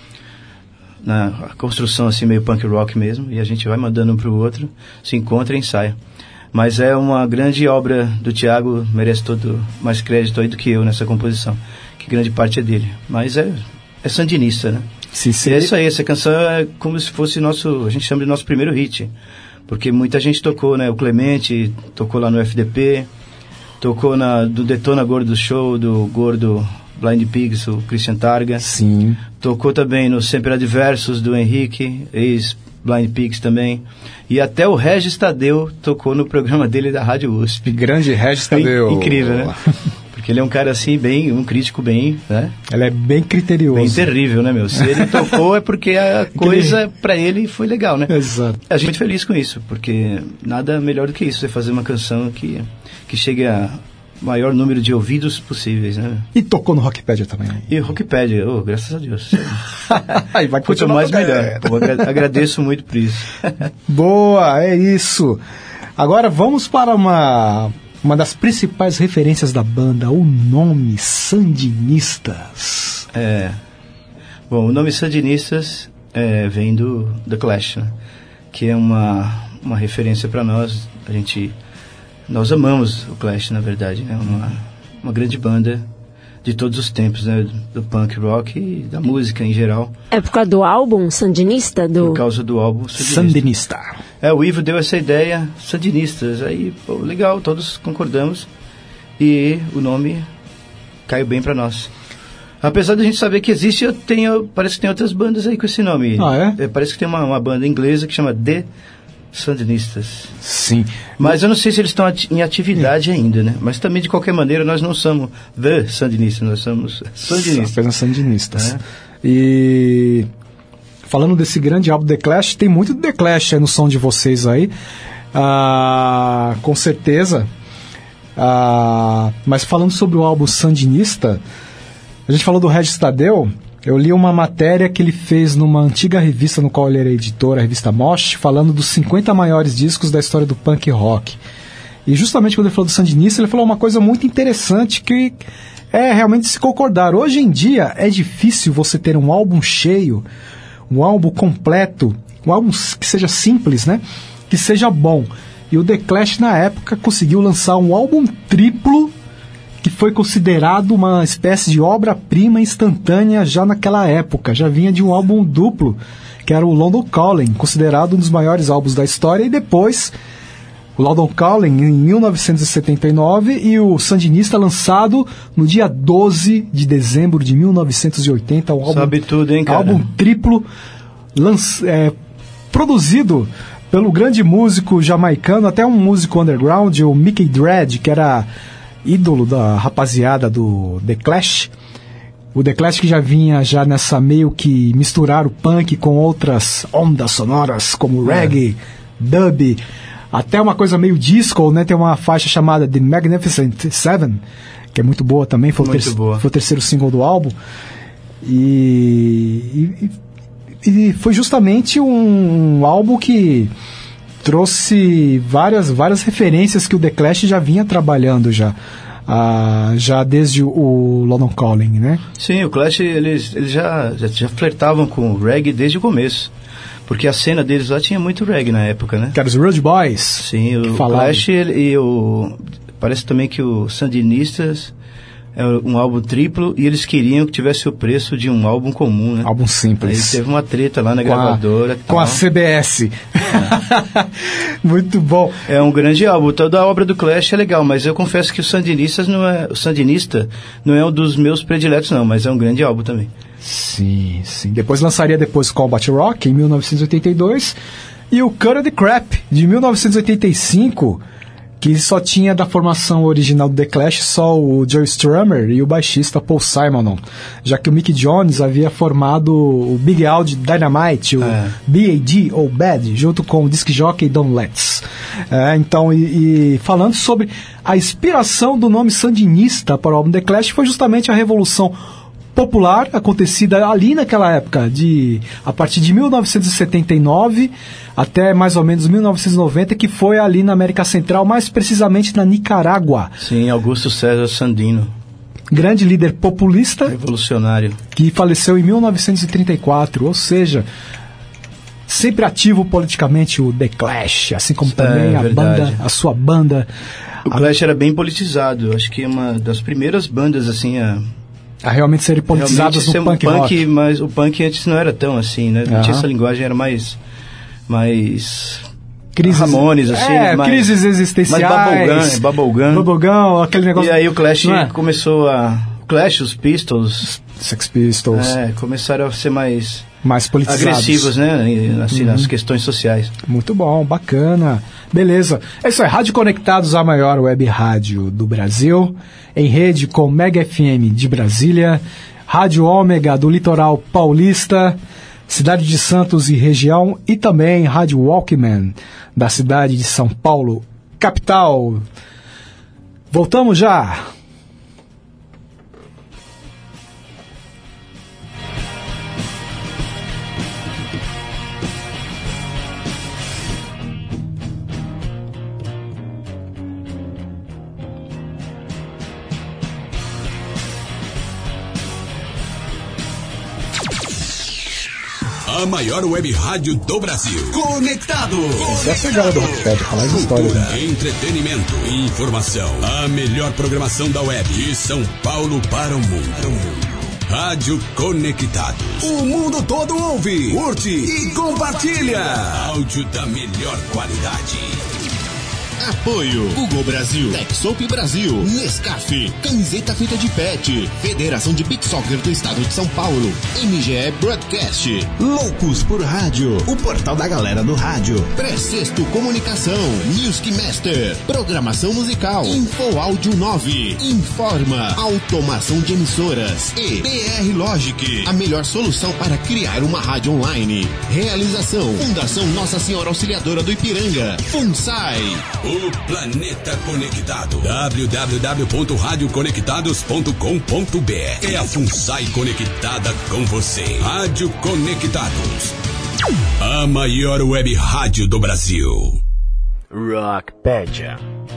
na construção assim meio punk rock mesmo, e a gente vai mandando um pro outro, se encontra e ensaia. Mas é uma grande obra do Thiago, merece todo mais crédito aí do que eu nessa composição, que grande parte é dele. Mas é, é sandinista, né? Sim, sim. E é isso aí, essa canção é como se fosse nosso, a gente chama de nosso primeiro hit, porque muita gente tocou, né? O Clemente tocou lá no F D P, tocou na, do Detona Gordo Show, do Gordo Blind Pigs, o Christian Targa. Sim. Tocou também no Sempre Adversos, do Henrique, ex-Blind Pigs também. E até o Regis Tadeu tocou no programa dele da Rádio U S P. Grande Regis Tadeu. Incrível, né? Porque ele é um cara assim, bem, um crítico bem, né? Ele é bem criterioso. Bem terrível, né, meu? Se ele tocou é porque a coisa pra ele foi legal, né? Exato. A gente é muito feliz com isso, porque nada melhor do que isso, você fazer uma canção que, que chegue a maior número de ouvidos possíveis, né? E tocou no Rockpedia também. E o Rockpedia, oh, graças a Deus. Aí vai Quanto mais melhor. Eu agra- agradeço muito por isso. Boa, é isso. Agora vamos para uma, uma das principais referências da banda, o nome Sandinistas. É. Bom, o nome Sandinistas é, vem do The Clash, né? Que é uma, uma referência para nós. A gente... Nós amamos o Clash, na verdade, né? Uma, uma grande banda de todos os tempos, né? Do punk rock e da música em geral. É por causa do álbum Sandinista? Do... Por causa do álbum Sandinista. Sandinista. É, o Ivo deu essa ideia, Sandinistas. Aí, pô, legal, todos concordamos. E o nome caiu bem pra nós. Apesar de a gente saber que existe, eu tenho, parece que tem outras bandas aí com esse nome. Ah, é? É, parece que tem uma, uma banda inglesa que chama The Sandinistas. Sim. Mas eu não sei se eles estão ati- em atividade ainda, né? Mas também, de qualquer maneira, nós não somos The Sandinistas, nós somos Sandinistas. Apenas Sandinistas. É. E falando desse grande álbum The Clash, tem muito The Clash aí no som de vocês aí. Ah, com certeza. Ah, mas falando sobre o álbum Sandinista, a gente falou do Regis Tadeu. Eu li uma matéria que ele fez numa antiga revista no qual ele era editor, a revista Mosh, falando dos cinquenta maiores discos da história do punk rock. E justamente quando ele falou do Sandinista, ele falou uma coisa muito interessante que é realmente se concordar. Hoje em dia é difícil você ter um álbum cheio, um álbum completo, um álbum que seja simples, né? Que seja bom. E o The Clash na época conseguiu lançar um álbum triplo que foi considerado uma espécie de obra-prima instantânea já naquela época. Já vinha de um álbum duplo, que era o London Calling, considerado um dos maiores álbuns da história, e depois o London Calling em mil novecentos e setenta e nove e o Sandinista lançado no dia doze de dezembro de mil novecentos e oitenta. Um álbum, Sabe tudo, hein, cara? Álbum triplo, lanç, é, produzido pelo grande músico jamaicano, até um músico underground, o Mickey Dredd, que era ídolo da rapaziada do The Clash. O The Clash que já vinha já nessa meio que misturar o punk com outras ondas sonoras, como reggae, dub, até uma coisa meio disco, né? Tem uma faixa chamada The Magnificent Seven, que é muito boa também, foi, o, ter- boa. foi o terceiro single do álbum. E, e, e foi justamente um, um álbum que trouxe várias, várias referências que o The Clash já vinha trabalhando já, ah, já desde o London Calling, né? Sim, o Clash, eles, eles já, já, já flertavam com o reggae desde o começo. Porque a cena deles lá tinha muito reggae na época, né? Que eram os Rude Boys. Sim, o falavam. Clash ele, e o... Parece também que o Sandinistas é um álbum triplo e eles queriam que tivesse o preço de um álbum comum, né? Álbum simples. Aí teve uma treta lá na Com gravadora. a, com a C B S. É. Muito bom. É um grande álbum. Toda a obra do Clash é legal, mas eu confesso que o Sandinistas não é, o Sandinista não é um dos meus prediletos, não, mas é um grande álbum também. Sim, sim. Depois lançaria depois Combat Rock, em mil novecentos e oitenta e dois, e o Cut the Crap, de mil novecentos e oitenta e cinco, que só tinha da formação original do The Clash só o Joe Strummer e o baixista Paul Simonon, já que o Mick Jones havia formado o Big Al Dynamite, o É. B A D ou Bad, junto com o disc jockey Don Letts. É, então, e, e falando sobre a inspiração do nome Sandinista para o álbum The Clash, foi justamente a revolução popular acontecida ali naquela época, de, a partir de mil novecentos e setenta e nove até mais ou menos mil novecentos e noventa, que foi ali na América Central, mais precisamente na Nicarágua. Sim, Augusto César Sandino, Grande líder populista revolucionário. que faleceu em mil novecentos e trinta e quatro, ou seja, sempre ativo politicamente, o The Clash, assim como também É, a verdade. banda, a sua banda. O a, Clash era bem politizado. Acho que é uma das primeiras bandas, assim, a... a realmente serem politizadas realmente ser no um punk, rock. Mas o punk antes não era tão assim, né? Não Aham. tinha essa linguagem, era mais... mais... Crises, Ramones, assim, é, mais- crises existenciais. mais bubblegum, bubblegum. Bubblegum, aquele negócio. E aí o Clash não é? começou a... O Clash, os Pistols... Sex Pistols, É, começaram a ser mais mais politizados. agressivos, né? E, assim, nas questões sociais. Muito bom, bacana. Beleza. É isso aí, Rádio Conectados, a maior web rádio do Brasil, em rede com Mega F M de Brasília, Rádio Ômega do Litoral Paulista, Cidade de Santos e região, e também Rádio Walkman da cidade de São Paulo, capital. Voltamos já. A maior web rádio do Brasil. Conectado. Essa é a pegada do Rockpad, falar de história. Cultura, entretenimento e informação. A melhor programação da web de São Paulo para o mundo. Rádio Conectados. O mundo todo ouve, curte e compartilha. Áudio da melhor qualidade. Apoio Google Brasil, Texop Brasil, Nescafé, Camiseta Feita de Pet, Federação de Beach Soccer do Estado de São Paulo, M G E Broadcast, Loucos por Rádio, o portal da galera do rádio, Precesto Comunicação, Music Master, Programação Musical, Info Áudio nove, Informa, Automação de Emissoras e P R Logic, a melhor solução para criar uma rádio online. Realização, Fundação Nossa Senhora Auxiliadora do Ipiranga, FUNSAI. O planeta conectado. w w w ponto rádio conectados ponto com ponto b r. É a FUNSAI conectada com você. Rádio Conectados. A maior web rádio do Brasil. Rockpedia.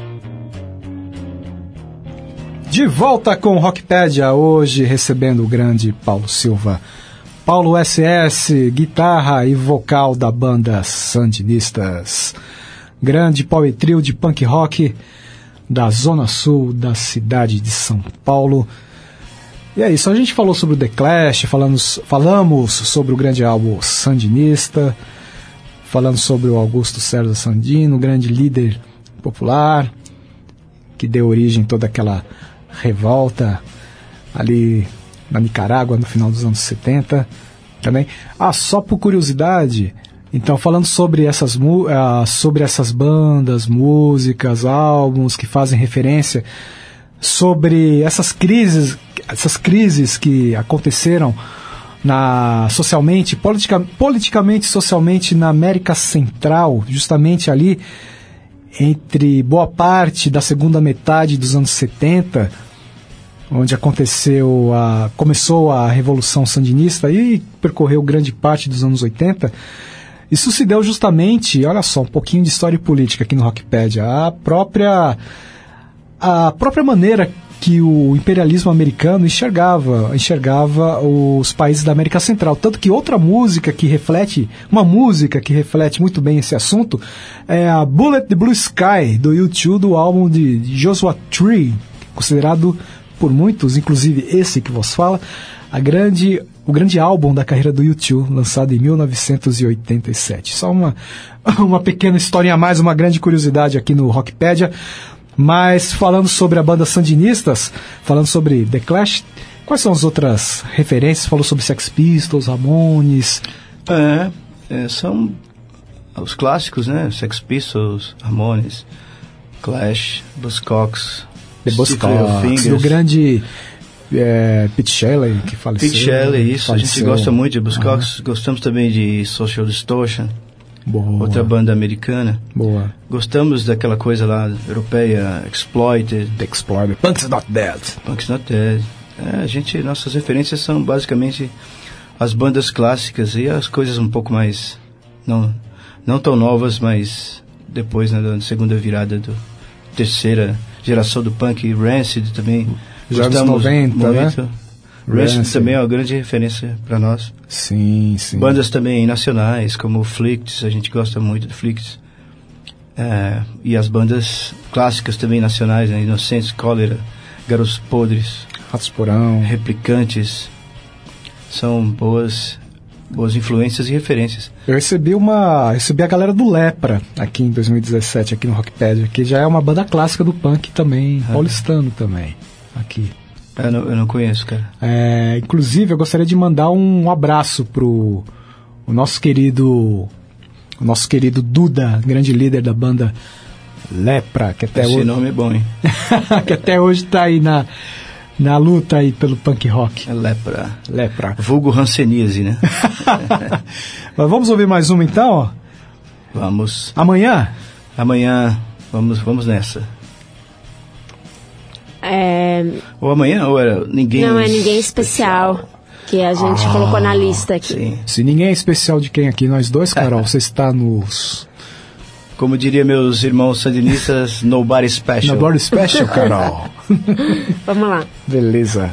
De volta com o Rockpedia, hoje recebendo o grande Paulo Silva. Paulo S S, guitarra e vocal da banda Sandinistas. Grande power trio de punk rock da zona sul da cidade de São Paulo. E é isso, a gente falou sobre o The Clash, falamos, falamos sobre o grande álbum Sandinista, falando sobre o Augusto César Sandino, grande líder popular, que deu origem a toda aquela revolta ali na Nicarágua no final dos anos setenta também. Ah, só por curiosidade, então falando sobre essas, uh, sobre essas bandas, músicas, álbuns que fazem referência sobre essas crises, essas crises que aconteceram na, socialmente, politica, politicamente, socialmente na América Central, justamente ali entre boa parte da segunda metade dos anos setenta, onde aconteceu a, começou a Revolução Sandinista e percorreu grande parte dos anos oitenta. Isso se deu justamente, olha só, um pouquinho de história e política aqui no Rockpedia, a própria, a própria maneira que o imperialismo americano enxergava, enxergava os países da América Central. Tanto que outra música que reflete, uma música que reflete muito bem esse assunto, é a Bullet the Blue Sky, do U dois, do álbum de Joshua Tree, considerado por muitos, inclusive esse que vos fala, a grande, o grande álbum da carreira do U dois, lançado em mil novecentos e oitenta e sete. Só uma, uma pequena historinha a mais, uma grande curiosidade aqui no Rockpedia. Mas falando sobre a banda Sandinistas, falando sobre The Clash, quais são as outras referências? Falou sobre Sex Pistols, Ramones. É, é, são os clássicos, né? Sex Pistols, Ramones, Clash, Buzzcocks, The Buzzcocks, do grande é, Pete Shelley, que faleceu. Pete Shelley, isso, faleceu. A gente gosta muito de Buzzcocks, uhum. Gostamos também de Social Distortion. Boa. Outra banda americana. Boa. Gostamos daquela coisa lá, europeia, Exploited. The Exploited. Punk's Not Dead. Punk's Not Dead. É, a gente, nossas referências são basicamente as bandas clássicas e as coisas um pouco mais, não, não tão novas, mas depois, né, da segunda virada, do terceira geração do punk, Rancid também. Os anos noventa, muito. né? Rancid Rancid. também é uma grande referência para nós. Sim, sim. Bandas também nacionais, como o Flicts, a gente gosta muito do Flicts. É, e as bandas clássicas também nacionais, né? Inocentes, Cólera, Garotos Podres, Ratos Porão, Replicantes, são boas, boas influências e referências. Eu recebi uma. Recebi a galera do Lepra aqui em dois mil e dezessete, aqui no Rockpedia, que já é uma banda clássica do punk também, Ah. paulistano também, aqui. Eu não, eu não conheço, cara. É, inclusive, eu gostaria de mandar um abraço pro o nosso querido. O nosso querido Duda, grande líder da banda Lepra, que até Esse hoje. nome é bom, hein? que até hoje tá aí na, na luta aí pelo punk rock. É Lepra. Lepra. Vulgo Hanseníase, né? Mas vamos ouvir mais uma então, ó? Vamos. Amanhã? Amanhã, vamos, vamos nessa. É... Ou amanhã, ou era ninguém... Não é ninguém especial que a gente colocou na lista aqui. Sim. Se ninguém é especial de quem aqui? Nós dois, Carol? Você está nos... Como diria meus irmãos sandinistas, nobody special. Nobody special, Carol. Vamos lá. Beleza.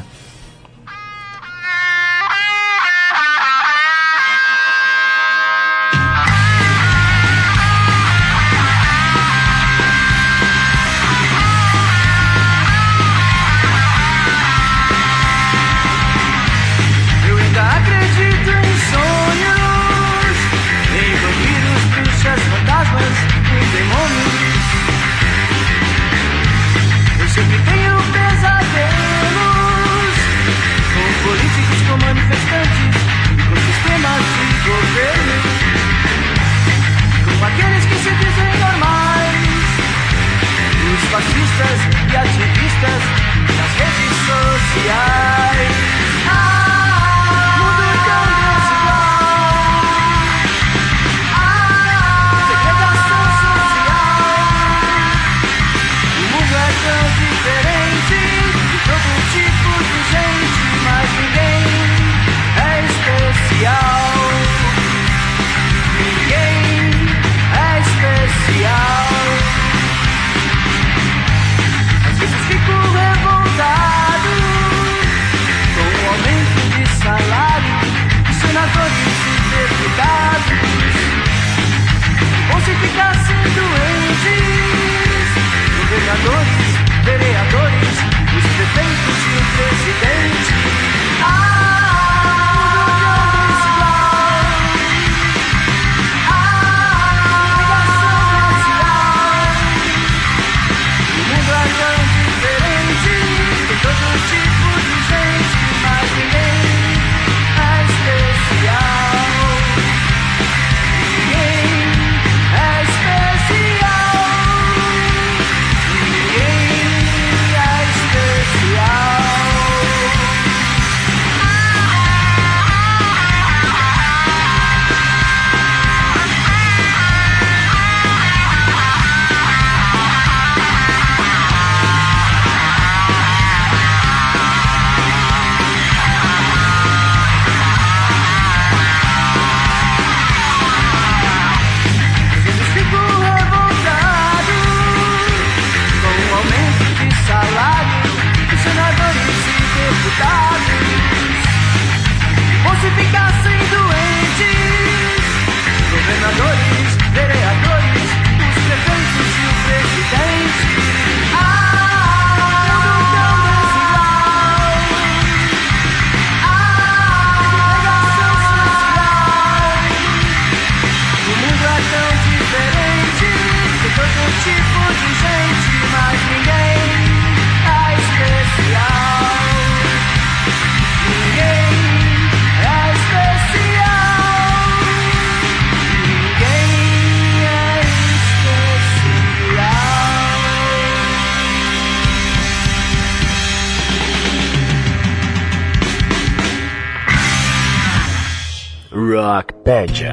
Eu ainda acredito em sonhos, em vampiros, bruxas, fantasmas e demônios. Eu sempre tenho pesadelos com políticos, com manifestantes e com sistemas de governo, com aqueles que se dizem normais, os fascistas e ativistas nas redes sociais. Mundo tão desigual, segregação social. O mundo é tão diferente, de todo tipo de gente, mas ninguém é especial. Ninguém é especial. Às vezes fico revoltado com o aumento de salário de senadores e deputados. Ou se ficassem doentes, governadores, vereadores, os prefeitos e o presidente. Ah, mundo tão desigual. Ah, segregação racial. O mundo é tão diferente, tem todo tipo de gente, mas ninguém é especial. Ninguém é especial. Ninguém é especial. Às vezes fico revoltado com o aumento de salário dos senadores e deputados. Ou se ficassem doentes, governadores, vereadores, os prefeitos e o presidente. Ah, mundo tão desigual. Ah, segregação social. O mundo é tão diferente, tem todo tipo de gente, mas ninguém é especial. Ninguém é especial. Ninguém é especial. Rockpedia.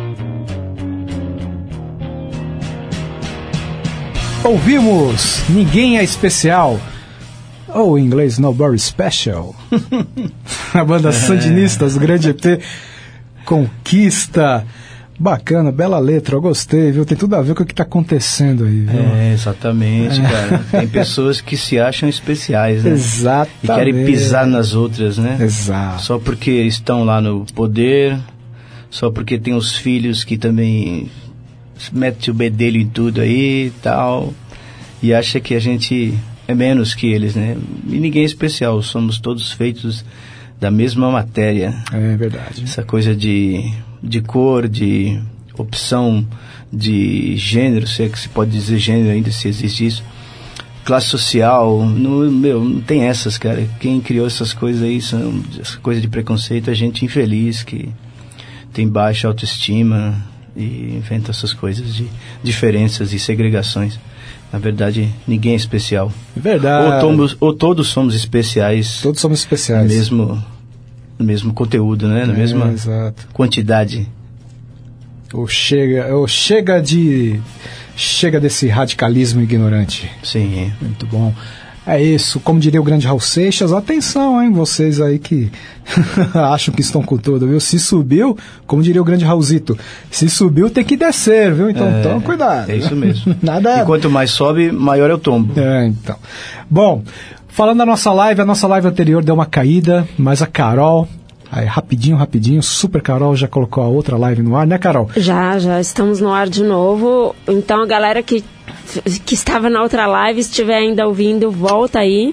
Ouvimos Ninguém é Especial, ou em inglês Nobody Special. A banda Sandinistas, grande E P, Conquista, Bacana, bela letra, eu gostei, viu? Tem tudo a ver com o que tá acontecendo aí, viu? É, exatamente, cara. Tem pessoas que se acham especiais, né? Exatamente. E querem pisar nas outras, né? Exato. Só porque estão lá no poder, só porque tem os filhos que também metem o bedelho em tudo aí e tal, e acha que a gente é menos que eles, né? E ninguém é especial, somos todos feitos da mesma matéria. É verdade. Essa coisa de, de cor, de opção, de gênero, se é que se pode dizer gênero ainda, se existe isso, classe social, não, meu, não tem essas, cara. Quem criou essas coisas aí, são essa coisa de preconceito, é gente infeliz que tem baixa autoestima e inventa essas coisas de diferenças e segregações. Na verdade, ninguém é especial. Verdade. Ou, tomos, ou todos somos especiais. Todos somos especiais. No mesmo, no mesmo conteúdo, né? Na é, mesma exato. quantidade. Ou chega, ou chega de... Chega desse radicalismo ignorante. Sim. Muito bom. É isso, como diria o grande Raul Seixas, atenção, hein, vocês aí que acham que estão com tudo, viu? Se subiu, como diria o grande Raulzito, se subiu tem que descer, viu? Então, é, toma cuidado. É isso mesmo. Nada... E quanto mais sobe, maior é o tombo. É, então. Bom, falando da nossa live, a nossa live anterior deu uma caída, mas a Carol... Aí, rapidinho, rapidinho, Super Carol já colocou a outra live no ar, né, Carol? Já, já estamos no ar de novo. Então, a galera que, que estava na outra live, se estiver ainda ouvindo, volta aí.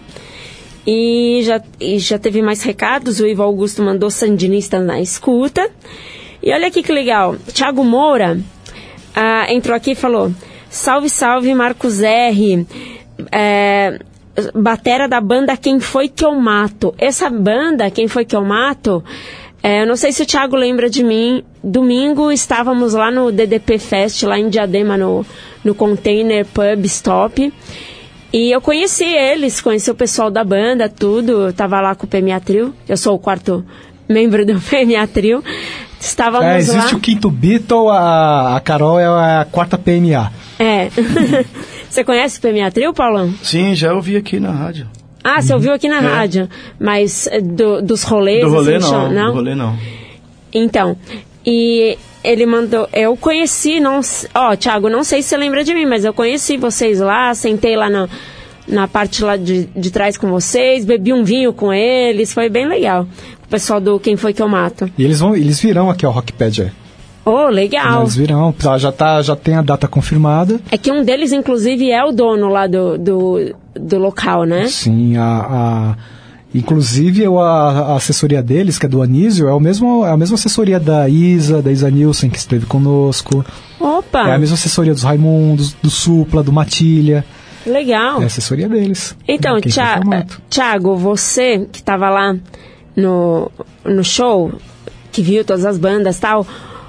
E já, e já teve mais recados. O Ivo Augusto mandou Sandinista na escuta. E olha aqui que legal. Thiago Moura ah, entrou aqui e falou: salve, salve, Marcos R. É... batera da banda Quem Foi Que Eu Mato. Essa banda, Quem Foi Que Eu Mato, é, eu não sei se o Thiago lembra de mim. Domingo estávamos lá no D D P Fest, lá em Diadema, no, no Container Pub Stop. E eu conheci eles, conheci o pessoal da banda, tudo. Eu tava lá com o P M A Trio. Eu sou o quarto membro do P M A Trio. Estávamos é, existe lá. o quinto Beatle, a, a Carol é a quarta P M A. É. Você conhece o P M A Trio, Paulão? Sim, já ouvi aqui na rádio. Ah, você ouviu aqui na é. rádio. Mas do, dos rolês... Do rolê assim, não, não, do rolê não. Então, e ele mandou... Eu conheci, não... Ó, Thiago, não sei se você lembra de mim, mas eu conheci vocês lá, sentei lá na, na parte lá de, de trás com vocês, bebi um vinho com eles, foi bem legal. O pessoal do Quem Foi Que Eu Mato. E eles, vão, eles virão aqui ao Rockpedia. Oh, legal. Eles virão, já, tá, já tem a data confirmada. É que um deles, inclusive, é o dono lá do, do, do local, né? Sim, a, a, inclusive a, a assessoria deles, que é do Anísio, é, o mesmo, é a mesma assessoria da Isa, da Isa Nilson, que esteve conosco. Opa! É a mesma assessoria dos Raimundos, do Supla, do Matilha. Legal. É a assessoria deles. Então, Thiago, você que estava lá no, no show, que viu todas as bandas e tal...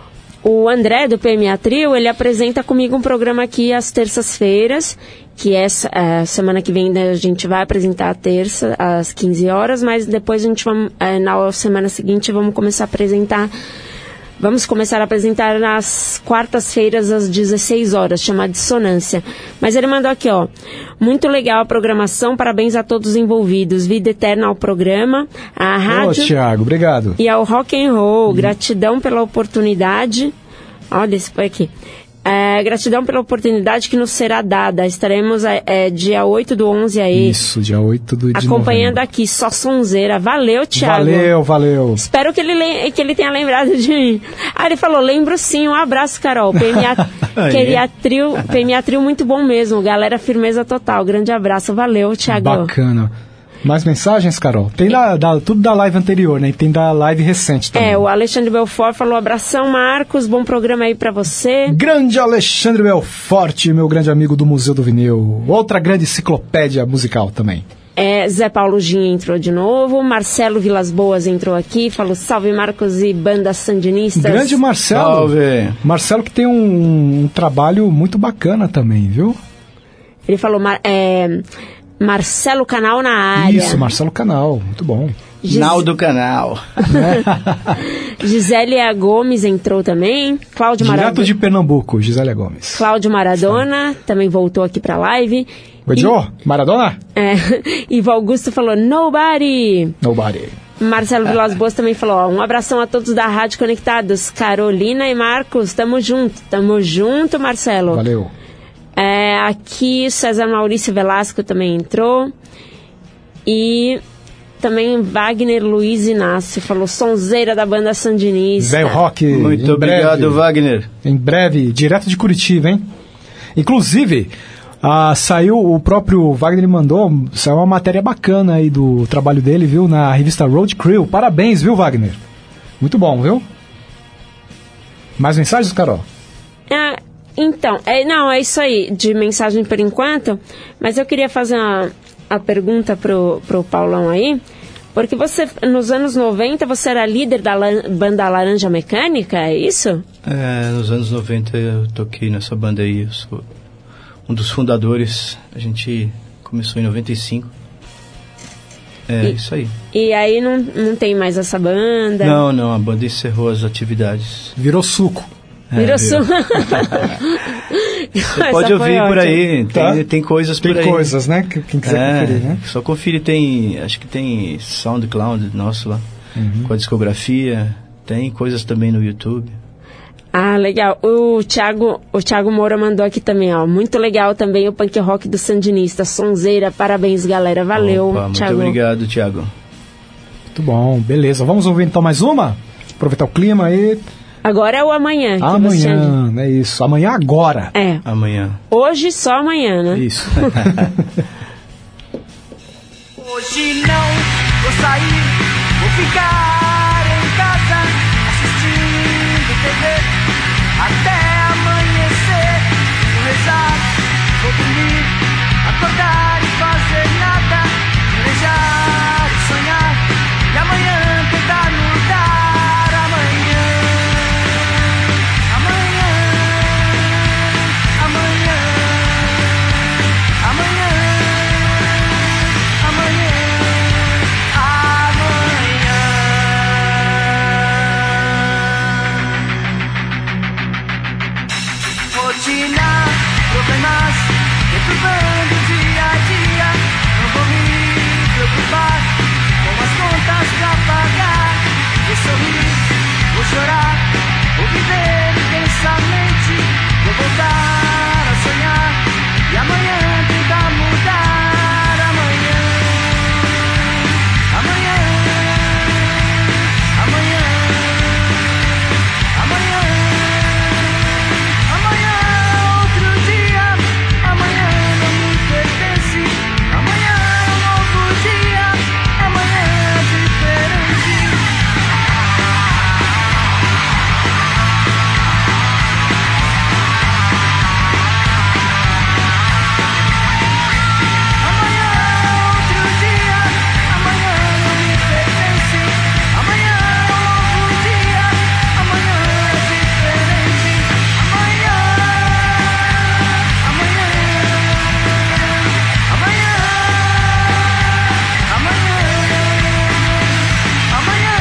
O André, do P M A Trio, ele apresenta comigo um programa aqui às terças-feiras, que essa é, semana que vem a gente vai apresentar a terça, às quinze horas, mas depois a gente vai, é, na semana seguinte, vamos começar a apresentar, vamos começar a apresentar nas quartas-feiras, às dezesseis horas, chama Dissonância. Mas ele mandou aqui, ó, muito legal a programação, parabéns a todos os envolvidos, vida eterna ao programa, à rádio... Ô, Thiago, obrigado. E ao rock and roll, hum. gratidão pela oportunidade... Olha, esse foi aqui. É, gratidão pela oportunidade que nos será dada. Estaremos é, dia oito do onze aí. Isso, dia oito do, de acompanhando novembro. Aqui, só sonzeira. Valeu, Thiago. Valeu, valeu. Espero que ele, que ele tenha lembrado de mim. Ah, ele falou, lembro sim. Um abraço, Carol. P M A, P M A Trio, P M A Trio muito bom mesmo. Galera, firmeza total. Grande abraço. Valeu, Thiago. Bacana. Mais mensagens, Carol? Tem da, da, tudo da live anterior, né? E tem da live recente também. É, o Alexandre Belfort falou, abração, Marcos, bom programa aí pra você. Grande Alexandre Belfort, meu grande amigo do Museu do Vinil. Outra grande enciclopédia musical também. É, Zé Paulo Gin entrou de novo, Marcelo Vilas Boas entrou aqui, falou salve Marcos e bandas sandinistas. Grande Marcelo. Salve. Marcelo que tem um, um trabalho muito bacana também, viu? Ele falou... É, Marcelo Canal na área. Isso, Marcelo Canal, muito bom. Gis... Naldo Canal. Gisélia Gomes entrou também. Cláudio Direto Maradona. de Pernambuco, Gisélia Gomes. Cláudio Maradona Sim. também voltou aqui pra live. O Edio, e... Maradona? É, Ivo Augusto falou Nobody. Nobody. Marcelo Vilas Boas também falou, ó, um abração a todos da Rádio Conectados. Carolina e Marcos, tamo junto. Tamo junto, Marcelo. Valeu. É, aqui César Maurício Velasco também entrou. E também Wagner Luiz Inácio falou, sonzeira da banda Sandinista. Velho Rock. Muito obrigado, breve, Wagner. Em breve, direto de Curitiba, hein? Inclusive, ah, saiu, o próprio Wagner mandou, saiu uma matéria bacana aí do trabalho dele, viu? Na revista Road Crew. Parabéns, viu, Wagner? Muito bom, viu? Mais mensagens, Carol? Ah, então, é, não, é isso aí, de mensagem por enquanto. Mas eu queria fazer uma, a pergunta pro, pro Paulão aí. Porque você, nos anos noventa, você era líder da lan, banda Laranja Mecânica, é isso? É, nos anos noventa eu toquei nessa banda aí, eu sou um dos fundadores, a gente começou em noventa e cinco. É, e, isso aí. E aí não, não tem mais essa banda? Não, não, a banda encerrou as atividades. Virou suco. É, virou suco. Você pode ouvir por aí, tem, tá? tem coisas tem por aí. Tem coisas, né? Quem quiser é, conferir, né? Só confere, tem, acho que tem SoundCloud nosso lá, uhum. com a discografia, tem coisas também no YouTube. Ah, legal. O Thiago, o Thiago Moura mandou aqui também, ó. Muito legal também o punk rock do Sandinista. Sonzeira, parabéns, galera. Valeu, Opa, Thiago. Muito obrigado, Thiago. Muito bom, beleza. Vamos ouvir então mais uma? Aproveitar o clima aí. Agora é o amanhã. Amanhã, é isso. Amanhã agora. É. Amanhã. Hoje só amanhã, né? Isso. Hoje não vou sair, vou ficar em casa assistindo T V até amanhecer. Vou rezar, vou dormir, acordar e fazer nada, planejar e sonhar e amanhã tentar mudar. Amanhã, amanhã, amanhã, amanhã, amanhã, amanhã. Rotina, problemas, perturbando o dia a dia. Não vou me preocupar com as contas pra pagar. Vou sorrir, vou chorar, vou viver intensamente. Vou voltar a sonhar e amanhã tentar mudar. Amanhã, amanhã, amanhã, amanhã, amanhã é outro dia. Amanhã não me pertence. Amanhã é um novo dia. Amanhã é diferente. Amanhã é outro dia. Amanhã não me pertence. Amanhã é um novo dia. Amanhã é diferente. Amanhã, amanhã, amanhã, amanhã, amanhã,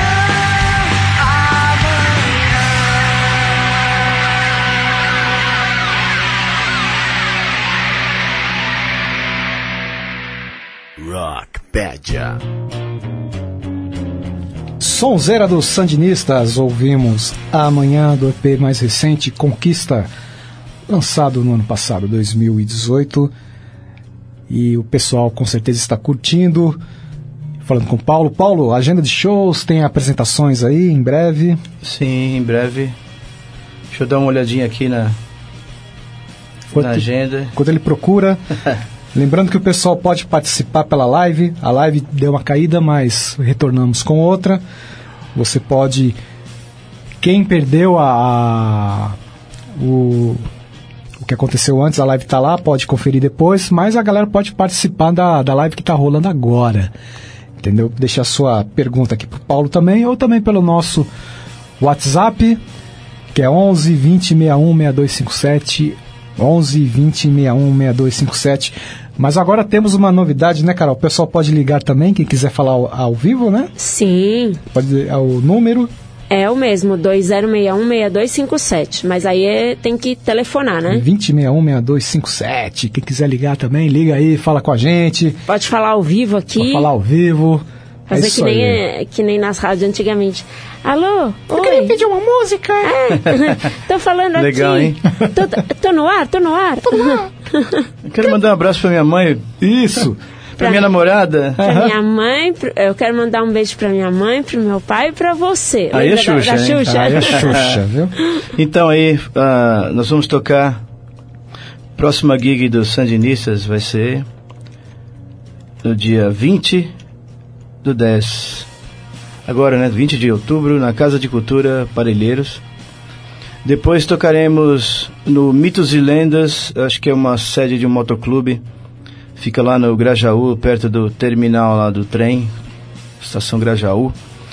Rockpedia. Sonzeira dos Sandinistas, ouvimos Amanhã do E P mais recente, Conquista, lançado no ano passado, dois mil e dezoito. E o pessoal com certeza está curtindo. Falando com o Paulo. Paulo, agenda de shows, tem apresentações aí em breve? Sim, em breve. Deixa eu dar uma olhadinha aqui na, Enquanto- na agenda. Enquanto ele procura. Lembrando que o pessoal pode participar pela live. A live deu uma caída, mas retornamos com outra. Você pode... Quem perdeu a, a- o, o que aconteceu antes, a live está lá, pode conferir depois. Mas a galera pode participar da, da live que está rolando agora. Entendeu? Deixa a sua pergunta aqui pro Paulo também. Ou também pelo nosso WhatsApp, que é onze, vinte, sessenta e um, sessenta e dois cinquenta e sete. onze, vinte, sessenta e um, sessenta e dois cinquenta e sete. Mas agora temos uma novidade, né, Carol? O pessoal pode ligar também, quem quiser falar ao, ao vivo, né? Sim, Pode é o número. é o mesmo, dois zero seis um, seis dois cinco sete. Mas aí é- tem que telefonar, né? vinte, sessenta e um, sessenta e dois cinquenta e sete. Quem quiser ligar também, liga aí, fala com a gente. Pode falar ao vivo aqui. Pode falar ao vivo. Fazer É que, isso nem, aí. é, que nem nas rádios antigamente. Alô? Eu Oi? queria pedir uma música. É, tô falando Legal, aqui. hein? Tô, tô no ar, tô no ar. Tô no ar. Eu quero mandar um abraço pra minha mãe, Isso. pra minha namorada. Pra minha mãe, pro- eu quero mandar um beijo pra minha mãe, pro meu pai e pra você. Aí é Lembra da- Xuxa, da hein? Xuxa? Aí é Xuxa, viu? Então aí, ah, nós vamos tocar. Próxima gig dos Sandinistas vai ser no dia vinte do dez. Agora, né? vinte de outubro, na Casa de Cultura Parelheiros. Depois tocaremos no Mitos e Lendas, acho que é uma sede de um motoclube. Fica lá no Grajaú, perto do terminal lá do trem, Estação Grajaú.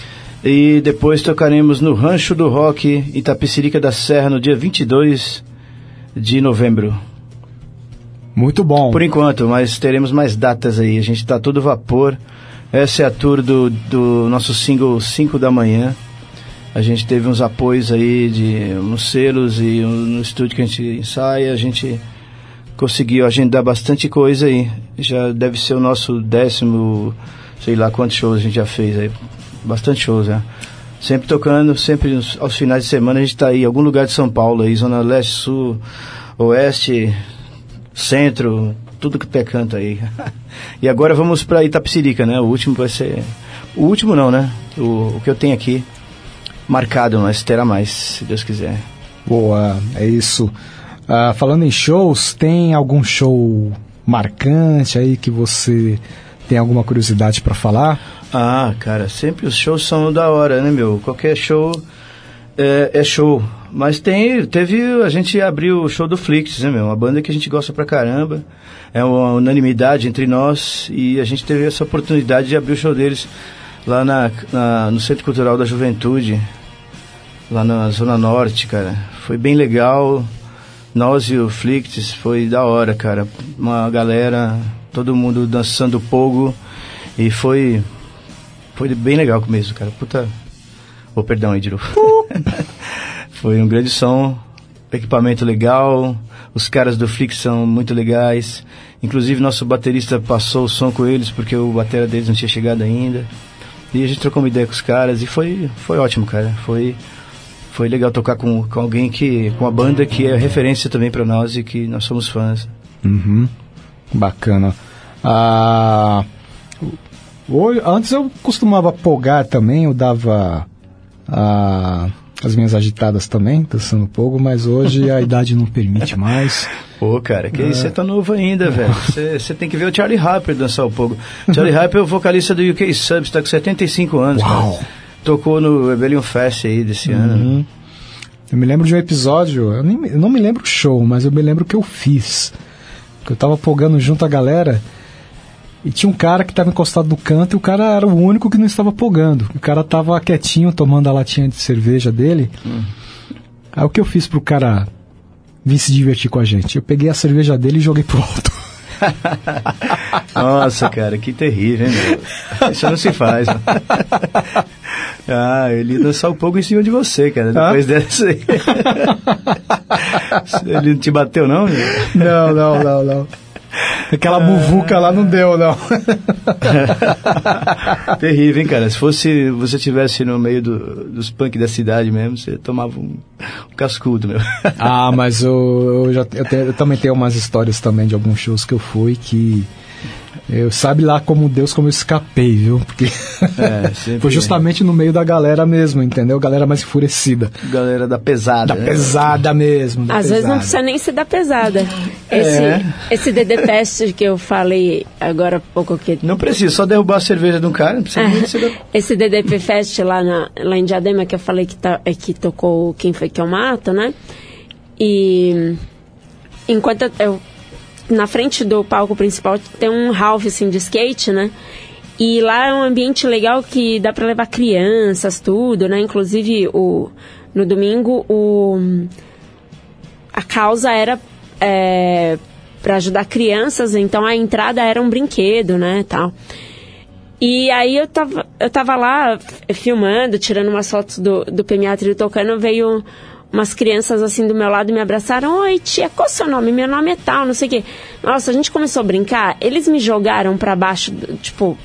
E depois tocaremos no Rancho do Rock, Itapecerica da Serra, no dia vinte e dois de novembro. Muito bom. Por enquanto, mas teremos mais datas aí. A gente está todo vapor. Essa é a tour do, do nosso single cinco da manhã. A gente teve uns apoios aí de uns selos e um, no estúdio que a gente ensaia. A gente conseguiu agendar bastante coisa aí. Já deve ser o nosso décimo, sei lá quantos shows a gente já fez aí. Bastante shows, né? Sempre tocando, sempre nos, aos finais de semana a gente está aí em algum lugar de São Paulo aí, Zona Leste, Sul, Oeste, Centro, tudo que tem canto aí. E agora vamos para Itapecerica, né? O último vai ser... O último não, né? O, o que eu tenho aqui marcado, mas terá mais, se Deus quiser. Boa, é isso. Ah, falando em shows, tem algum show marcante aí que você tem alguma curiosidade para falar? Ah, cara, sempre os shows são da hora, né, meu? Qualquer show é, é show. Mas tem, teve, a gente abriu o show do Flix, né, meu? Uma banda que a gente gosta pra caramba. É uma unanimidade entre nós e a gente teve essa oportunidade de abrir o show deles lá na, na, no Centro Cultural da Juventude, lá na Zona Norte, cara. Foi bem legal. Nós e o Flix, foi da hora, cara. Uma galera, todo mundo dançando pogo e foi... Foi bem legal mesmo, cara. Puta... Oh, perdão aí de novo. Foi um grande som, equipamento legal, os caras do Flix são muito legais. Inclusive, nosso baterista passou o som com eles, porque o batera deles não tinha chegado ainda. E a gente trocou uma ideia com os caras e foi, foi ótimo, cara. Foi, foi legal tocar com, com alguém que... Com uma banda que é referência também pra nós e que nós somos fãs. Uhum. Bacana. Ah... Hoje, antes eu costumava polgar também, eu dava ah, as minhas agitadas também, dançando pogo, mas hoje a idade não permite mais. Pô, cara, que É. isso, você tá novo ainda, velho. Você tem que ver o Charlie Harper dançar o pogo. Charlie Harper é o vocalista do U K Subs, tá com setenta e cinco anos, Uau. cara. Tocou no Rebellion Fest aí desse ano. Uhum. Eu me lembro de um episódio, eu, nem, eu não me lembro o show, mas eu me lembro o que eu fiz. Que eu tava polgando junto a galera e tinha um cara que estava encostado no canto e o cara era o único que não estava polgando. O cara tava quietinho tomando a latinha de cerveja dele. Hum. Aí o que eu fiz pro cara vir se divertir com a gente? Eu peguei a cerveja dele e joguei pro alto. Nossa, cara, que terrível, hein, meu? Isso não se faz, né? Ah, ele ia dançar um pouco em cima de você, cara, depois ah? dessa aí. Ele não te bateu, não, meu? Não, não, não, não. Aquela buvuca lá não deu, não. Terrível, hein, cara? Se fosse você tivesse no meio do, dos punk da cidade mesmo, você tomava um, um cascudo, meu. Ah, mas eu, eu, já, eu, tenho, eu também tenho umas histórias também de alguns shows que eu fui que... Eu sabe lá como Deus, como eu escapei, viu? Porque é, foi justamente no meio da galera mesmo, entendeu? Galera mais enfurecida. Galera da pesada. Da né? pesada mesmo. Da Às pesada. vezes não precisa nem ser da pesada. Esse, É. esse D D Fest que eu falei agora há pouco que... Não precisa, só derrubar a cerveja de um cara, não precisa nem ser da... Esse D D P Fest lá, na, lá em Diadema, que eu falei que, tá, é que tocou Quem Foi Que Eu Mato, né? E enquanto eu... eu na frente do palco principal tem um half assim, de skate, né? E lá é um ambiente legal que dá pra levar crianças, tudo, né? Inclusive, o, no domingo, o, a causa era é, para ajudar crianças, então a entrada era um brinquedo, né? Tal. E aí eu tava, eu tava lá filmando, tirando umas fotos do, do Pemiatri tocando, veio... umas crianças assim do meu lado me abraçaram. Oi, tia, qual é o seu nome? Meu nome é tal, não sei o quê. Nossa, a gente começou a brincar. Eles me jogaram pra baixo, tipo,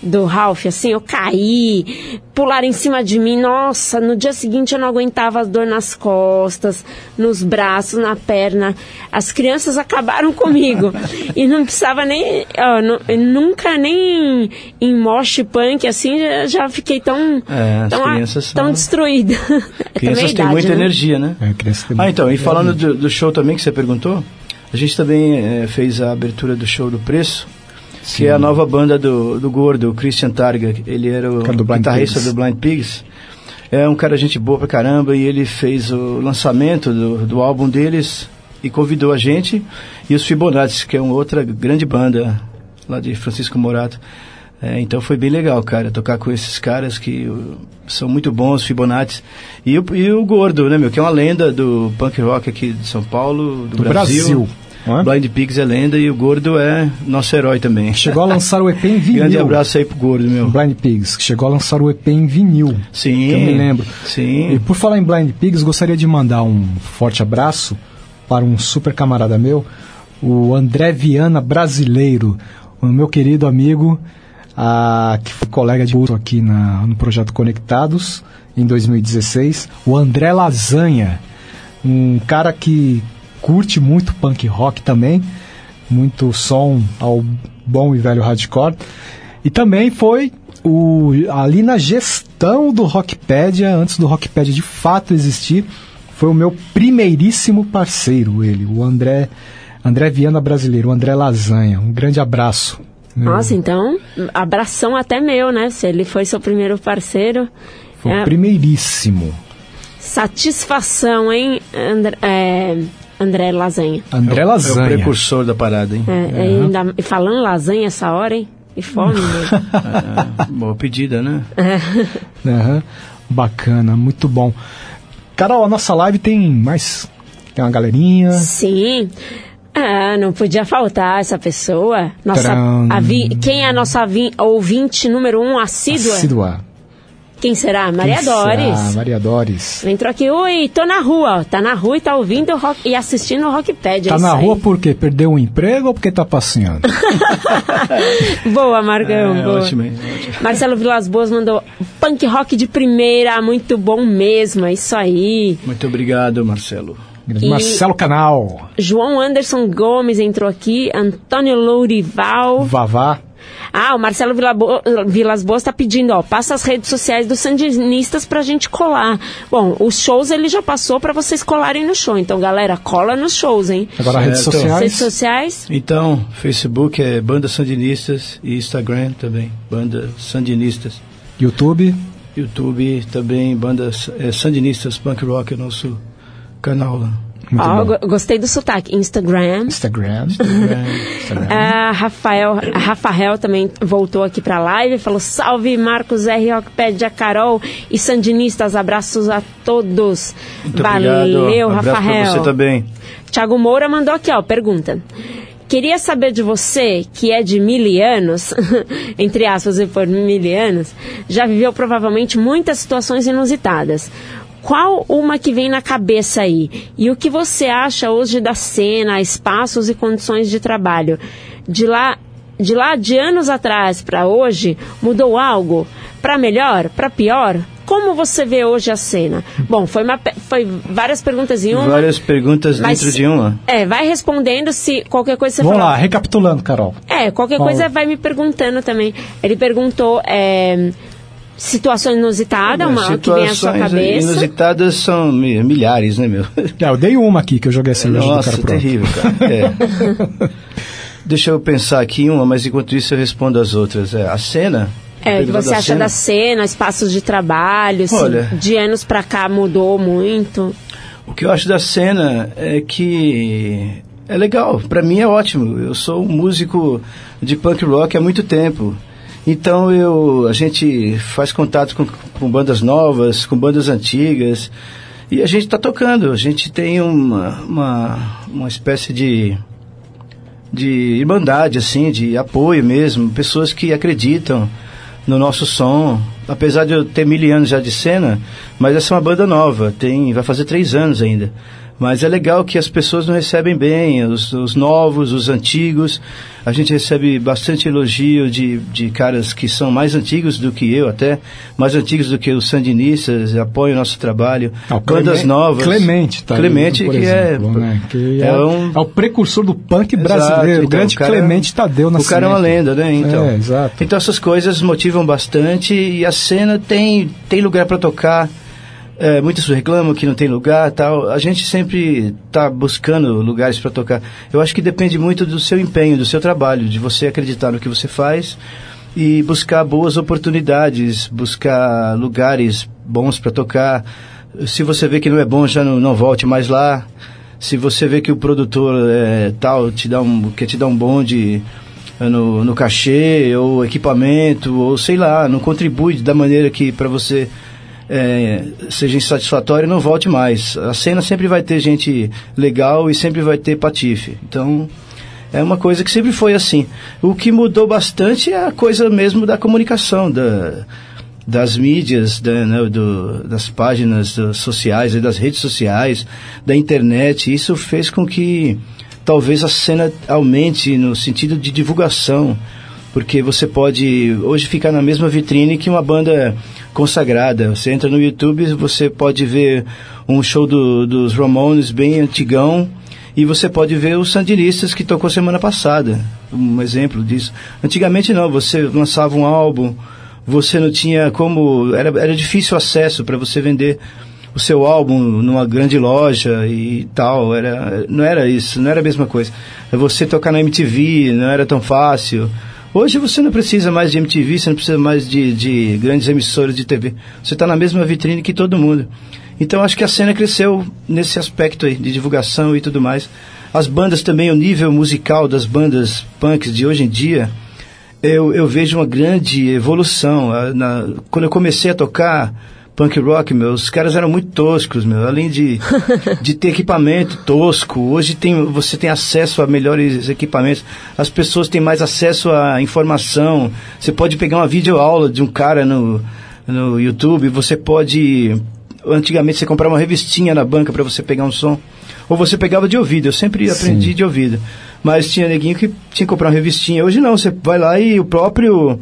do Ralph, assim, eu caí, pularam em cima de mim, nossa, no dia seguinte eu não aguentava a dor nas costas, nos braços, na perna, as crianças acabaram comigo, e não precisava nem, ó, não, nunca nem em mosh punk, assim, já, já fiquei tão, é, tão, a, são... tão destruída. Crianças têm muita né? energia, né? É, ah, então, e falando do, do show também que você perguntou, a gente também é, fez a abertura do show do Preço, Sim. que é a nova banda do, do Gordo, o Christian Targa. Ele era o do guitarrista do Blind Pigs. É um cara gente boa pra caramba, e ele fez o lançamento do, do álbum deles e convidou a gente e os Fibonacci, que é uma outra grande banda lá de Francisco Morato. É, então foi bem legal, cara, tocar com esses caras que uh, são muito bons, Fibonacci. E o, e o Gordo, né, meu, que é uma lenda do punk rock aqui de São Paulo, do, do Brasil. Brasil. Blind Pigs é lenda e o Gordo é nosso herói também. Chegou a lançar o E P em vinil. Grande abraço aí pro Gordo, meu. Blind Pigs, que chegou a lançar o E P em vinil. Sim. Que eu me lembro. Sim. E por falar em Blind Pigs, gostaria de mandar um forte abraço para um super camarada meu, o André Viana Brasileiro, o meu querido amigo, a, que foi colega de curso aqui na, no Projeto Conectados, em dois mil e dezesseis, o André Lasanha, um cara que curte muito punk rock também, muito som ao bom e velho hardcore, e também foi o, ali na gestão do Rockpedia, antes do Rockpedia de fato existir, foi o meu primeiríssimo parceiro, ele, o André, André Viana Brasileiro, o André Lasanha. Um grande abraço. Nossa, então, abração até meu, né? Se ele foi seu primeiro parceiro. Foi é... o primeiríssimo. Satisfação, hein, André, é... André Lasanha. André Lasanha. É o precursor da parada, hein? É, uhum. ainda, e falando lasanha essa hora, hein? E fome, né? é, boa pedida, né? É. Uhum. Bacana, muito bom. Carol, a nossa live tem mais... Tem uma galerinha. Sim. Ah, não podia faltar essa pessoa. Nossa, a vi, quem é a nossa vi, ouvinte número um assídua? Assídua. Quem será? Maria Quem Doris. Será? Maria Doris. Ela entrou aqui, oi, tô na rua, ó. Tá na rua e tá ouvindo o rock, e assistindo o Rockpedia. Tá na rua aí. Por quê? Perdeu um emprego ou porque tá passeando? Boa, Margão, é, boa. Ótimo, ótimo. Marcelo Vilas Boas mandou punk rock de primeira, muito bom mesmo, é isso aí. Muito obrigado, Marcelo. E Marcelo Canal. João Anderson Gomes entrou aqui, Antônio Lourival. Vavá. Ah, o Marcelo Vilabo- Vilas Boas está pedindo, ó, passa as redes sociais dos sandinistas pra gente colar. Bom, os shows ele já passou pra vocês colarem no show. Então, galera, cola nos shows, hein? Agora, redes sociais. Redes sociais. Então, Facebook é Banda Sandinistas e Instagram também, Banda Sandinistas. YouTube. YouTube também, Banda é, Sandinistas Punk Rock, é nosso canal lá. Ó, oh, gostei do sotaque. Instagram. Instagram. Instagram. Instagram. Ah, Rafael, Rafael também voltou aqui pra live e falou: salve Marcos R. Rockpedia, Carol e Sandinistas. Abraços a todos. Muito Valeu, obrigado. Rafael. Abraço pra você também. Tiago Moura mandou aqui, ó, pergunta. Queria saber de você, que é de mil anos, entre aspas, e por mil anos, já viveu provavelmente muitas situações inusitadas. Qual uma que vem na cabeça aí? E o que você acha hoje da cena, espaços e condições de trabalho? De lá, de lá de anos atrás para hoje, mudou algo? Para melhor? Para pior? Como você vê hoje a cena? Bom, foi, uma, foi várias perguntas em uma. Várias perguntas mas, dentro de uma. É, vai respondendo se qualquer coisa você Vamos falar. lá, recapitulando, Carol. É, qualquer Vamos. coisa vai me perguntando também. Ele perguntou... É, situações inusitadas, uma situações que vem à sua cabeça. Inusitadas são milhares, né, meu? É, eu dei uma aqui que eu joguei a cerveja Nossa, do cara pronto. terrível, cara. É. Deixa eu pensar aqui uma, mas enquanto isso eu respondo as outras. É, a cena... É, o que você da acha cena? da cena, espaços de trabalho, Olha, assim, de anos pra cá mudou muito? O que eu acho da cena é que é legal, pra mim é ótimo. Eu sou um músico de punk rock há muito tempo. Então eu, a gente faz contato com, com bandas novas, com bandas antigas, e a gente está tocando. A gente tem uma, uma, uma espécie de, de irmandade, assim, de apoio mesmo, pessoas que acreditam no nosso som. Apesar de eu ter mil anos já de cena, mas essa é uma banda nova, tem, vai fazer três anos ainda. Mas é legal que as pessoas não recebem bem, os, os novos, os antigos. A gente recebe bastante elogio de, de caras que são mais antigos do que eu até, mais antigos do que os sandinistas, apoiam o nosso trabalho. Ah, bandas Clemente, novas. Clemente, tá Clemente, aí, por que, exemplo, é, né? que é, é, um, é o precursor do punk exato, brasileiro, então, o grande o cara, Clemente Tadeu Nascimento. O cara é uma lenda, né? Então, é, exato. então essas coisas motivam bastante e a cena tem, tem lugar para tocar. É, muitos reclamam que não tem lugar, tal. A gente sempre está buscando lugares para tocar. Eu acho que depende muito do seu empenho, do seu trabalho, de você acreditar no que você faz e buscar boas oportunidades, buscar lugares bons para tocar. Se você vê que não é bom, já não, não volte mais lá. Se você vê que o produtor é, tal te dá um, quer te dar um bonde no, no cachê ou equipamento ou sei lá, não contribui da maneira que para você É, seja insatisfatório, não volte mais. A cena sempre vai ter gente legal e sempre vai ter patife. Então, é uma coisa que sempre foi assim. O que mudou bastante é a coisa mesmo da comunicação, da, das mídias, da, né, do, das páginas sociais, das redes sociais, da internet. Isso fez com que talvez a cena aumente no sentido de divulgação, porque você pode hoje ficar na mesma vitrine que uma banda consagrada. Você entra no YouTube, você pode ver um show do, dos Ramones bem antigão e você pode ver os Sandinistas que tocou semana passada, um exemplo disso. Antigamente não, você lançava um álbum, você não tinha como, era, era difícil o acesso para você vender o seu álbum numa grande loja e tal, era, não era isso, não era a mesma coisa. Você tocar na M T V não era tão fácil. Hoje você não precisa mais de M T V, você não precisa mais de, de grandes emissoras de T V. Você está na mesma vitrine que todo mundo. Então acho que a cena cresceu nesse aspecto aí, de divulgação e tudo mais. As bandas também, o nível musical das bandas punks de hoje em dia, eu, eu vejo uma grande evolução. Na, quando eu comecei a tocar punk rock, meu, os caras eram muito toscos, meu, além de, de ter equipamento tosco, hoje tem, você tem acesso a melhores equipamentos, as pessoas têm mais acesso à informação, você pode pegar uma videoaula de um cara no, no YouTube, você pode, antigamente você comprava uma revistinha na banca para você pegar um som, ou você pegava de ouvido, eu sempre aprendi Sim. de ouvido, mas tinha neguinho que tinha que comprar uma revistinha, hoje não, você vai lá e o próprio...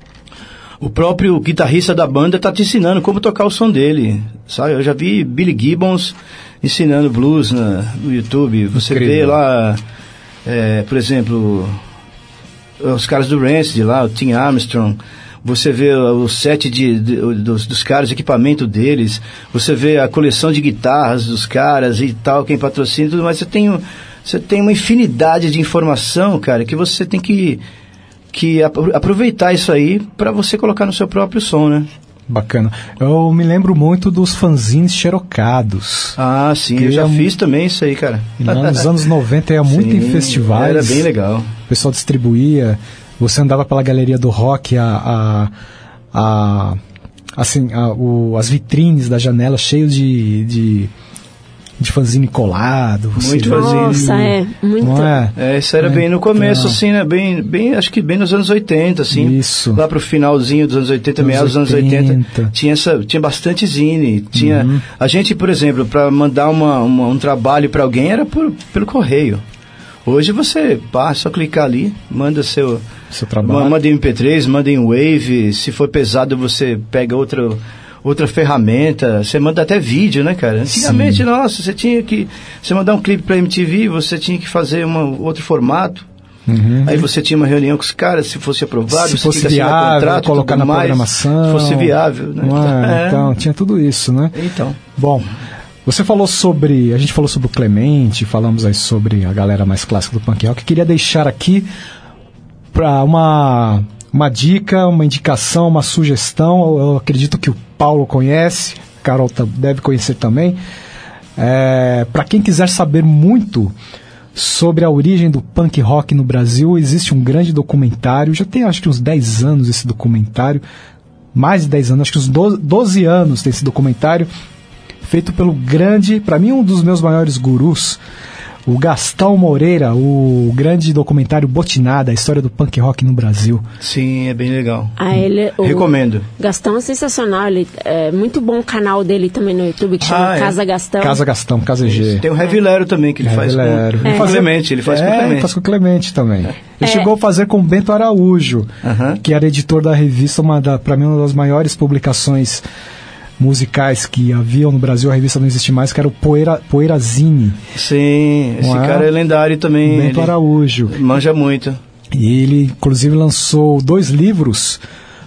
O próprio guitarrista da banda está te ensinando como tocar o som dele, sabe? Eu já vi Billy Gibbons ensinando blues na, no YouTube. Você Incrível. Vê lá, é, por exemplo, os caras do Rancid lá, o Tim Armstrong. Você vê o set de, de, dos, dos caras, o equipamento deles. Você vê a coleção de guitarras dos caras e tal, quem patrocina e tudo mais. Você tem, você tem uma infinidade de informação, cara, que você tem que... que aproveitar isso aí para você colocar no seu próprio som, né? Bacana. Eu me lembro muito dos fanzines xerocados. Ah, sim, eu já fiz também isso aí, cara. E lá nos anos noventa ia muito sim, em festivais. Era bem legal. O pessoal distribuía, você andava pela galeria do rock, a, a, a, assim, a, o, as vitrines da janela cheias de... de de fanzine colado. Muito fanzine. Nossa, é. Muito. É? é, isso era é, bem no começo, então... assim, né? Bem, bem, acho que bem nos anos oitenta, assim. Isso. Lá pro finalzinho dos anos oitenta, meados dos anos oitenta. Tinha, essa, tinha bastante zine. Tinha, uhum. A gente, por exemplo, para mandar uma, uma, um trabalho para alguém era por, pelo correio. Hoje você, pá, só clicar ali, manda seu... Seu trabalho. Manda em M P três, manda em Wave. Se for pesado, você pega outra... outra ferramenta, você manda até vídeo, né, cara? Antigamente, Sim. nossa, você tinha que... Você mandar um clipe pra M T V, você tinha que fazer uma, outro formato. Uhum. Aí você tinha uma reunião com os caras, se fosse aprovado, se você fosse tinha que assinar viável, contrato, colocar na mais, programação. Se fosse viável, né? É, é. Então, tinha tudo isso, né? Então. Bom, você falou sobre... A gente falou sobre o Clemente, falamos aí sobre a galera mais clássica do punk rock. Eu queria deixar aqui pra uma... uma dica, uma indicação, uma sugestão. Eu acredito que o Paulo conhece, a Carol deve conhecer também. É, para quem quiser saber muito sobre a origem do punk rock no Brasil, existe um grande documentário, já tem acho que uns dez anos esse documentário, mais de dez anos, acho que uns doze anos tem esse documentário, feito pelo grande, para mim um dos meus maiores gurus, o Gastão Moreira, o grande documentário Botinada, a história do punk rock no Brasil. Sim, é bem legal. Ah, ele, o Recomendo. Gastão é sensacional, ele, é muito bom o canal dele também no YouTube, que chama Ah, é. Casa Gastão. Casa Gastão, Casa G. Tem o Heavy Lero também, que ele faz com, Lero. com Ele o faz- Clemente. Ele faz é, com o ele Clemente. faz com o Clemente também. Ele É. chegou a fazer com o Bento Araújo, Aham. que era editor da revista, uma da, pra mim, uma das maiores publicações musicais que haviam no Brasil. A revista não existe mais, que era o Poeira, Poeirazine. Sim, esse Não é? cara é lendário também. Bento ele Araújo. manja muito. E ele, inclusive, lançou dois livros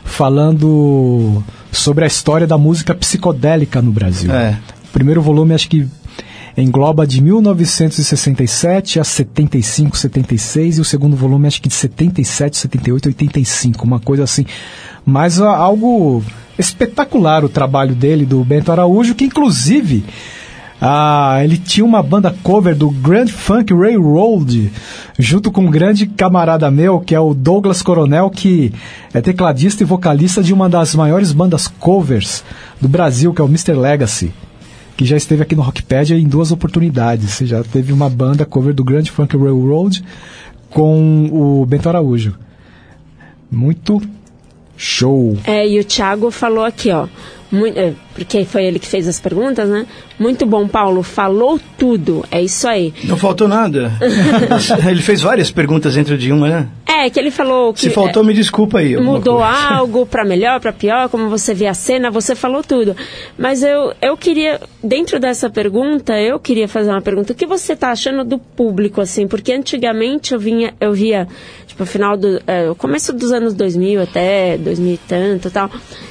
falando sobre a história da música psicodélica no Brasil. É. O primeiro volume, acho que engloba de mil novecentos e sessenta e sete a setenta e cinco, setenta e seis, e o segundo volume, acho que de setenta e sete, setenta e oito, oitenta e cinco, uma coisa assim. Mas ah, algo espetacular o trabalho dele, do Bento Araújo, que inclusive... Ah, ele tinha uma banda cover do Grand Funk Railroad, junto com um grande camarada meu, que é o Douglas Coronel, que é tecladista e vocalista de uma das maiores bandas covers do Brasil, que é o mister Legacy, que já esteve aqui no Rockpedia em duas oportunidades. Já teve uma banda cover do Grand Funk Railroad com o Bento Araújo. Muito show. É, e o Thiago falou aqui, ó, muito, é, porque foi ele que fez as perguntas, né? Muito bom, Paulo, falou tudo, é isso aí. Não faltou nada. Ele fez várias perguntas dentro de uma, né? É, que ele falou que... Se faltou, é, me desculpa aí. alguma mudou coisa. algo pra melhor, pra pior, como você vê a cena, você falou tudo. Mas eu, eu queria, dentro dessa pergunta, eu queria fazer uma pergunta. O que você tá achando do público, assim? Porque antigamente eu, vinha, eu via, tipo, no final do... É, o começo dos anos dois mil até dois mil e tanto e tal...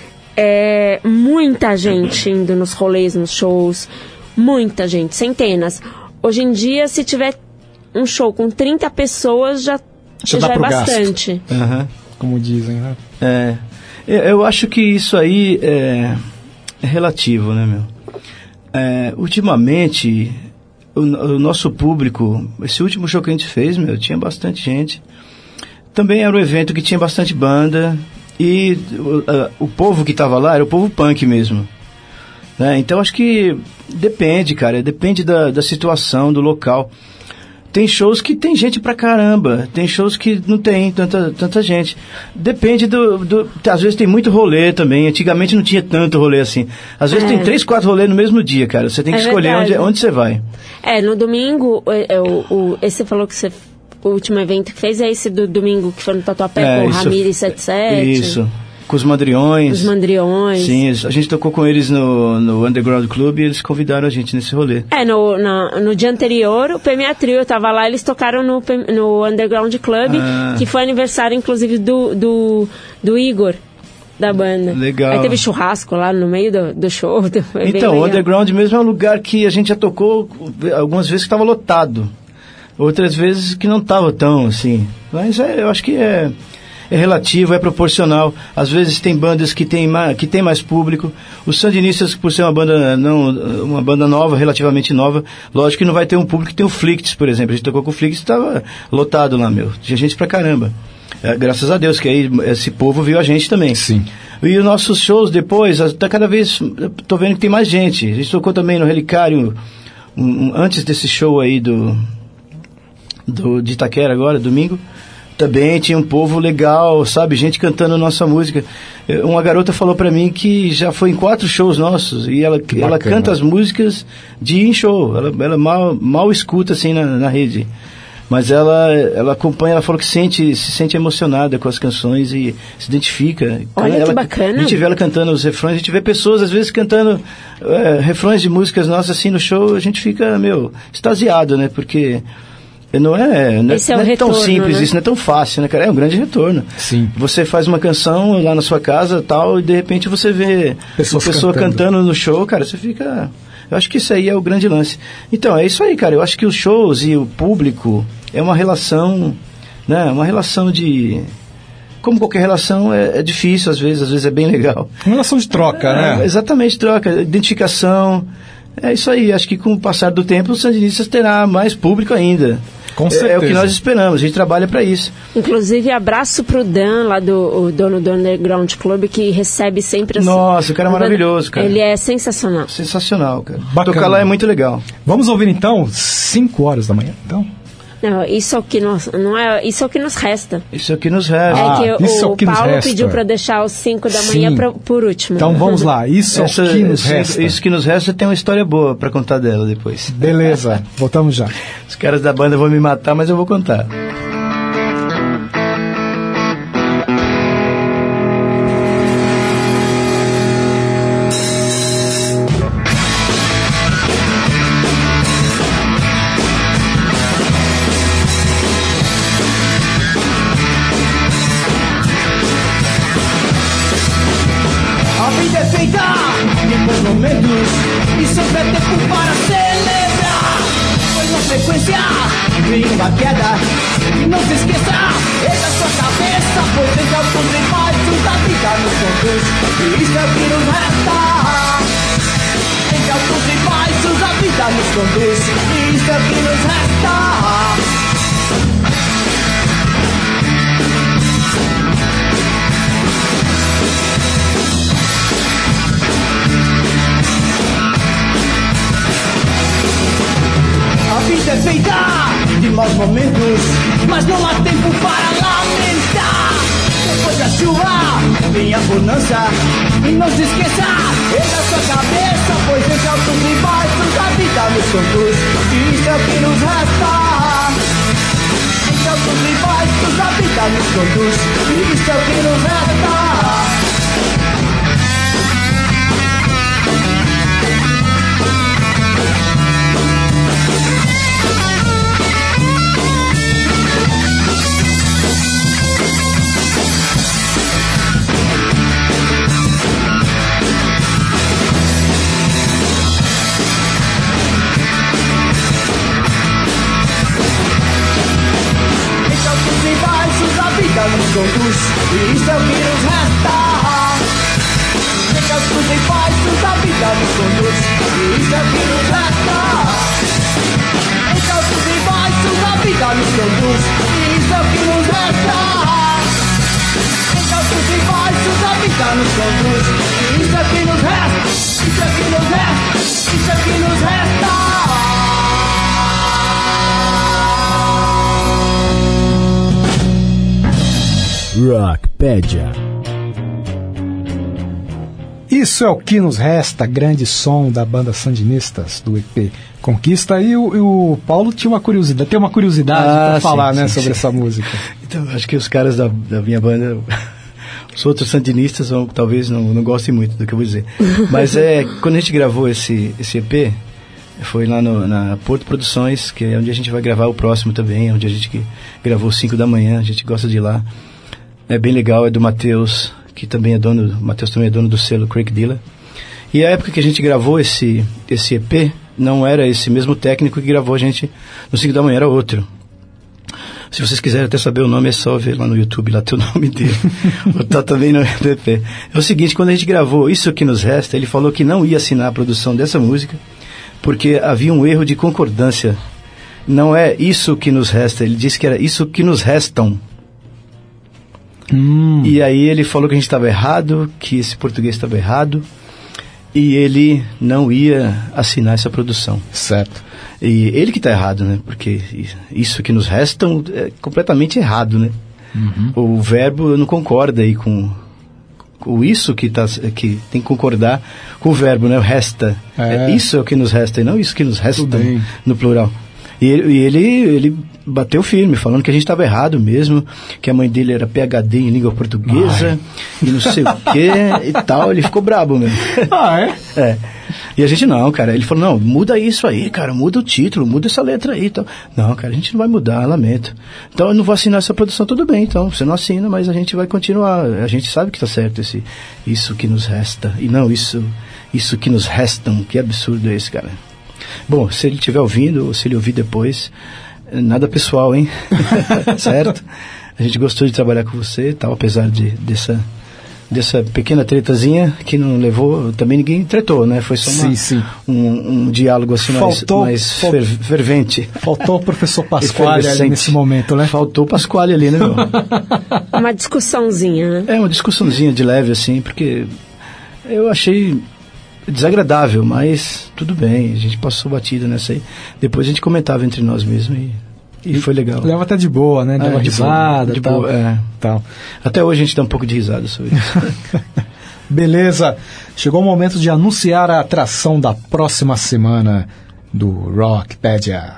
É, muita gente indo nos rolês, nos shows, muita gente, centenas. Hoje em dia, se tiver um show com trinta pessoas, já, Já já, dá é pro gasto. bastante. Aham. Como dizem, né? É. Eu eu acho que isso aí é, é relativo, né, meu? É, ultimamente, o, o nosso público, esse último show que a gente fez, meu, tinha bastante gente. Também era um evento que tinha bastante banda. E uh, uh, o povo que estava lá era o povo punk mesmo. Né? Então acho que depende, cara. Depende da, da situação, do local. Tem shows que tem gente pra caramba. Tem shows que não tem tanta, tanta gente. Depende do, do... Às vezes tem muito rolê também. Antigamente não tinha tanto rolê assim. Às vezes É. tem três, quatro rolês no mesmo dia, cara. Você tem que É escolher onde, verdade. onde você vai. É, no domingo, é, é, o, o, esse falou que você... O último evento que fez é esse do domingo, que foi no Tatuapé É, com o isso- Ramires setenta e sete. Isso. Com os Mandriões. Os Mandriões. Sim, a gente tocou com eles no, no Underground Club e eles convidaram a gente nesse rolê. É, no, na- no dia anterior, o P M A Trio tava lá, eles tocaram no, P- no Underground Club, Ah. que foi aniversário, inclusive, do, do, do Igor, da banda. Legal. Aí teve churrasco lá no meio do, do show. Foi bem Então, o legal. Underground mesmo é um lugar que a gente já tocou algumas vezes que estava lotado. Outras vezes que não estava tão assim. Mas é, eu acho que é, é relativo, é proporcional. Às vezes tem bandas que tem, mais, que tem mais público. Os Sandinistas, por ser uma banda, não, uma banda nova, relativamente nova, lógico que não vai ter um público que tem o Flicts, por exemplo. A gente tocou com o Flicts e estava lotado lá, meu. Tinha gente pra caramba. É, graças a Deus, que aí esse povo viu a gente também. Sim. E os nossos shows depois, tá cada vez, tô vendo que tem mais gente. A gente tocou também no Relicário, um, um, antes desse show aí do, do, de Itaquera agora, domingo. Também tinha um povo legal, sabe? Gente cantando nossa música. Eh, Uma garota falou pra mim que já foi em quatro shows nossos e ela, ela canta as músicas de ir em show. Ela, ela mal, mal escuta assim na, na rede. Mas ela, ela acompanha, ela falou que sente, se sente emocionada com as canções e se identifica. Olha ela, que bacana. A gente vê ela cantando os refrões, a gente vê pessoas às vezes cantando eh, refrões de músicas nossas assim no show, a gente fica, meu, extasiado, né? Porque não é, não é, Esse é o não é tão retorno, simples, né? isso não é tão fácil, né, cara? É um grande retorno. Sim. Você faz uma canção lá na sua casa tal, e de repente você vê Pessoas uma pessoa cantando. cantando no show, cara, você fica... Eu acho que isso aí é o grande lance. Então, é isso aí, cara. Eu acho que os shows e o público é uma relação, né? Uma relação de... Como qualquer relação, é, é difícil às vezes, às vezes é bem legal. Uma relação de troca, É, né? exatamente, troca, identificação. É isso aí. Acho que com o passar do tempo, os Sandinistas terá mais público ainda. Com é, certeza. é o que nós esperamos, a gente trabalha para isso. Inclusive, abraço pro Dan, lá do o dono do Underground Club, que recebe sempre assim. Nossa, o cara é maravilhoso, cara. Ele é sensacional. Sensacional, cara. Bacana. Tocar lá é muito legal. Vamos ouvir então cinco horas da manhã, então? Não, isso é o que nos, não é, isso é o que nos resta. Isso é o que nos resta. Ah, é que isso o, é o que nos Paulo resta. pediu para deixar os cinco da manhã Sim. pra, por último. Então vamos lá, isso Essa, é o que nos esse- resta. Isso que nos resta tem uma história boa para contar dela depois. Beleza, voltamos já. Os caras da banda vão me matar, mas eu vou contar. A vida é feita de bons momentos e sempre é tempo para celebrar. Pois na frequência vem uma queda e não se esqueça, erga sua cabeça, pois entre altos e baixos a vida nos conduz e isso é o que nos resta. Entre altos e baixos a vida nos conduz e isso é o que nos resta. A vida é feita de maus momentos, mas não há tempo para lamentar. Depois da chuva vem a bonança e não se esqueça, erga sua cabeça, pois entre altos e baixos a vida nos conduz e isso é o que nos resta. Entre altos e baixos a vida nos conduz e isso é o que nos resta. Entre altos e baixos a vida nos conduz e isso é o que nos resta. Entre altos e baixos a vida nos conduz e isso é o que nos resta. Entre altos e baixos a vida nos conduz e isso é o que nos resta. Entre altos e baixos a vida nos conduz e isso é o que nos resta. Isso é o que nos resta. Isso é o que nos resta. Rockpedia. Isso é o que nos resta, grande som da banda Sandinistas, do E P Conquista. E o, e o Paulo tinha uma curiosidade, tem uma curiosidade Ah, para sim, falar, né, sim, sobre sim. essa música. Então, acho que os caras da, da minha banda, os outros sandinistas, vão, talvez não, não gostem muito do que eu vou dizer. Mas é, quando a gente gravou esse, esse E P, foi lá no, na Porto Produções, que é onde a gente vai gravar o próximo também, onde a gente que gravou cinco da manhã, a gente gosta de ir lá. É bem legal, é do Matheus, que também é dono, o Matheus também é dono do selo Craig Dealer. E a época que a gente gravou esse, esse E P, não era esse mesmo técnico que gravou a gente no cinco da manhã, era outro. Se vocês quiserem até saber o nome, é só ver lá no YouTube, lá tem o nome dele. Tá também no E P. É o seguinte, quando a gente gravou Isso Que Nos Resta, ele falou que não ia assinar a produção dessa música, porque havia um erro de concordância. Não é Isso Que Nos Resta, ele disse que era Isso Que Nos Restam. Hum. E aí ele falou que a gente estava errado, que esse português estava errado, e ele não ia assinar essa produção. Certo. E ele que está errado, né? Porque Isso Que Nos Restam é completamente errado, né? Uhum. O verbo não concorda aí com, com o isso que, tá, que tem que concordar com o verbo, né? O resta. É. É, isso é o que nos resta, e não isso que nos resta Tudo bem. no plural. E ele, e ele, ele bateu firme, falando que a gente estava errado mesmo, que a mãe dele era P H D em língua portuguesa, Ai. e não sei o que e tal. Ele ficou brabo mesmo. Ah, é? É. E a gente não, cara. Ele falou, não, muda isso aí, cara, muda o título, muda essa letra aí e tal. Não, cara, a gente não vai mudar, lamento. Então eu não vou assinar essa produção, tudo bem, então você não assina, mas a gente vai continuar. A gente sabe que tá certo esse Isso Que Nos Resta. E não isso, isso que nos restam. Que absurdo é esse, cara. Bom, se ele estiver ouvindo, ou se ele ouvir depois, nada pessoal, hein? Certo? A gente gostou de trabalhar com você e tal, apesar de, dessa, dessa pequena tretazinha que não levou, também ninguém tretou, né? Foi só uma, sim, sim. Um, um diálogo assim faltou, mais, mais fal... fer, fervente. Faltou o professor Pasquale ali nesse momento, né? Faltou o Pasquale ali, né, meu? Uma discussãozinha, né? É, uma discussãozinha de leve, assim, porque eu achei desagradável, mas tudo bem, a gente passou batido nessa aí. Depois a gente comentava entre nós mesmos e... E foi legal. Leva até de boa, né? Deu é, uma risada de e tal. Boa, é. tal. Até hoje a gente dá um pouco de risada sobre isso. Beleza. Chegou o momento de anunciar a atração da próxima semana do Rockpedia.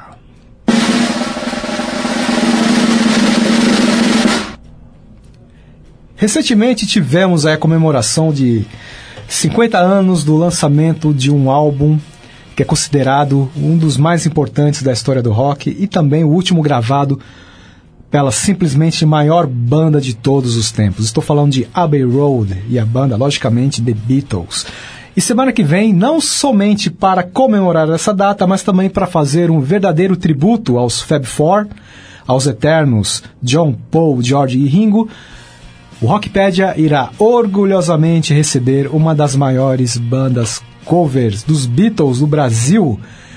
Recentemente tivemos a comemoração de cinquenta anos do lançamento de um álbum que é considerado um dos mais importantes da história do rock e também o último gravado pela simplesmente maior banda de todos os tempos. Estou falando de Abbey Road e a banda, logicamente, The Beatles. E semana que vem, não somente para comemorar essa data, mas também para fazer um verdadeiro tributo aos Fab Four, aos eternos John, Paul, George e Ringo, o Rockpedia irá orgulhosamente receber uma das maiores bandas covers dos Beatles do Brasil,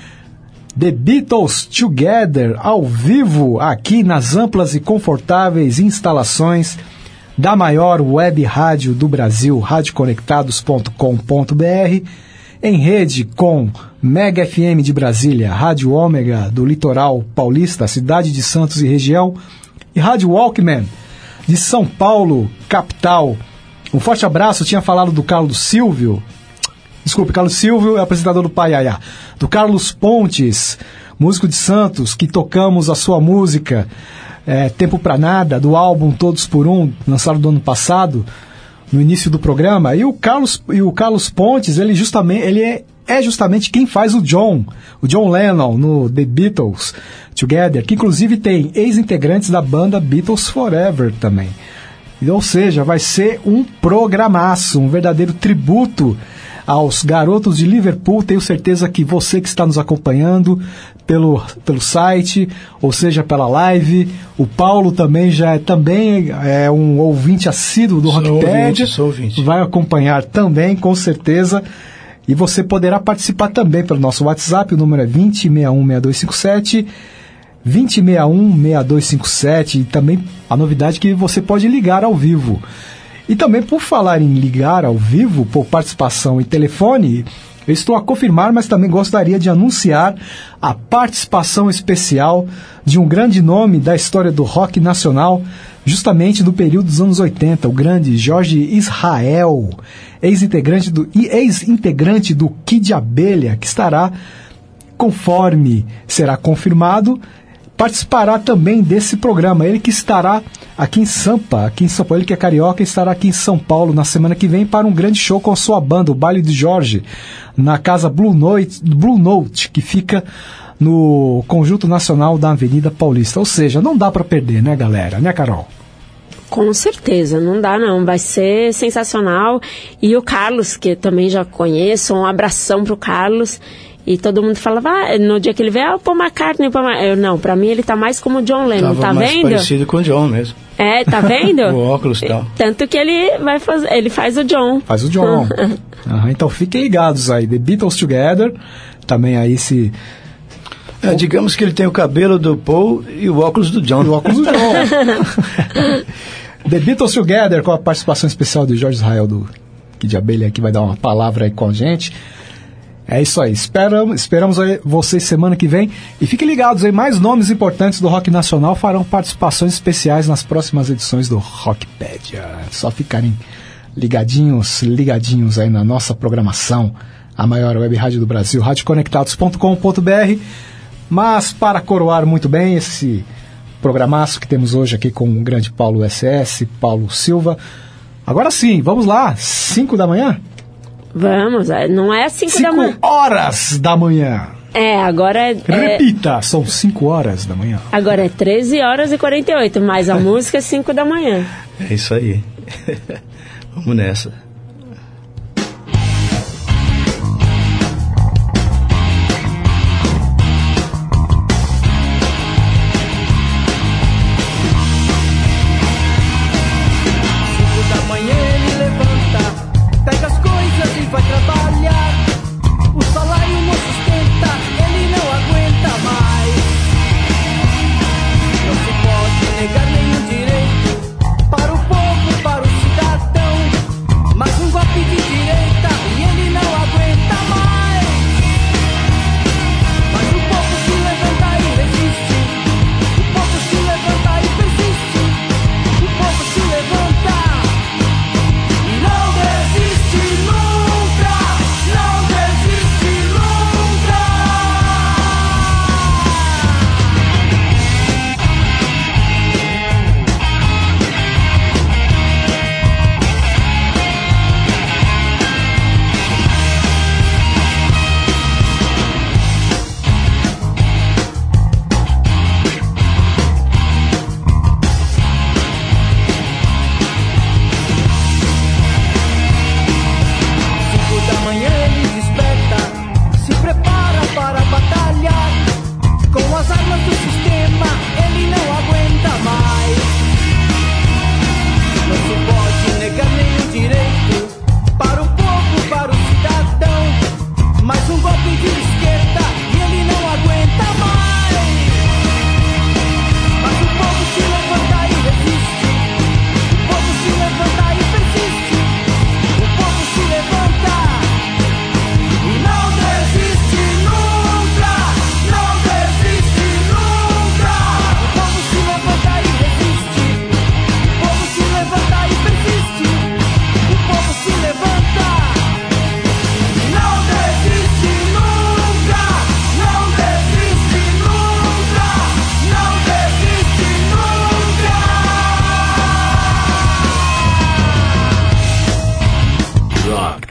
The Beatles Together, ao vivo, aqui nas amplas e confortáveis instalações da maior web rádio do Brasil, rádio conectados ponto com ponto b r, em rede com Mega F M de Brasília, Rádio Ômega do Litoral Paulista, cidade de Santos e região, e Rádio Walkman de São Paulo, capital. Um forte abraço, eu tinha falado do Carlos Silvio, Desculpe, Carlos Silvio é apresentador do Paiaiá. Do Carlos Pontes, músico de Santos, que tocamos a sua música é, Tempo Pra Nada, do álbum Todos por Um, lançado do ano passado, no início do programa. E o Carlos, e o Carlos Pontes, ele, justamente, ele é, é justamente quem faz o John, o John Lennon, no The Beatles Together, que inclusive tem ex-integrantes da banda Beatles Forever também. Ou seja, vai ser um programaço, um verdadeiro tributo aos garotos de Liverpool. Tenho certeza que você que está nos acompanhando pelo, pelo site, ou seja, pela live, o Paulo também já é, também é um ouvinte assíduo do Rockpedia, sou ouvinte. Vai acompanhar também, com certeza, e você poderá participar também pelo nosso WhatsApp, o número é vinte, sessenta e um, sessenta e dois cinquenta e sete, vinte, sessenta e um, sessenta e dois cinquenta e sete, e também a novidade que você pode ligar ao vivo. E também, por falar em ligar ao vivo, por participação e telefone, eu estou a confirmar, mas também gostaria de anunciar a participação especial de um grande nome da história do rock nacional, justamente do período dos anos oitenta, o grande Jorge Israel, ex-integrante do, ex-integrante do Kid Abelha, que estará, conforme será confirmado, participará também desse programa. Ele que estará aqui em Sampa, aqui em São Paulo, ele que é carioca, estará aqui em São Paulo na semana que vem para um grande show com a sua banda, o Baile do Jorge, na casa Blue Note, Blue Note, que fica no Conjunto Nacional da Avenida Paulista. Ou seja, não dá para perder, né, galera? Né, Carol? Com certeza, não dá não, vai ser sensacional. E o Carlos, que eu também já conheço, um abração pro Carlos. E todo mundo falava, ah, no dia que ele veio, ah, o Paul McCartney, Paul McCartney. Eu, não, pra mim ele tá mais como o John Lennon, Tava tá mais vendo? parecido com o John mesmo. É, tá vendo? O óculos e tal. Tanto que ele vai fazer, ele faz o John. Faz o John. Uhum, então fiquem ligados aí, The Beatles Together, também aí se... É, digamos que ele tem o cabelo do Paul e o óculos do John. E o óculos do John. The Beatles Together, com a participação especial do Jorge Israel, do Kid Abelha, que vai dar uma palavra aí com a gente. É isso aí, esperamos, esperamos aí vocês semana que vem. E fiquem ligados aí, mais nomes importantes do rock nacional farão participações especiais nas próximas edições do Rockpedia. Só ficarem ligadinhos, ligadinhos aí na nossa programação, a maior web rádio do Brasil, rádio conectados ponto com ponto b r. Mas para coroar muito bem esse programaço que temos hoje aqui com o grande Paulo S S, Paulo Silva, agora sim, vamos lá, cinco da manhã? Vamos, não é cinco da manhã. cinco horas da manhã. É, agora é... Repita, é, são cinco horas da manhã. Agora é treze horas e quarenta e oito, mas a música é cinco da manhã. É isso aí. Vamos nessa. Cinco da manhã ele levanta.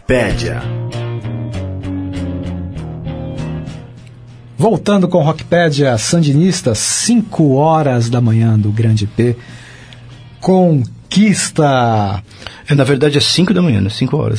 Rockpedia. Voltando com Rockpedia Sandinista, cinco horas da manhã do Grande P. Conquista. É, na verdade é cinco da manhã, não é cinco horas.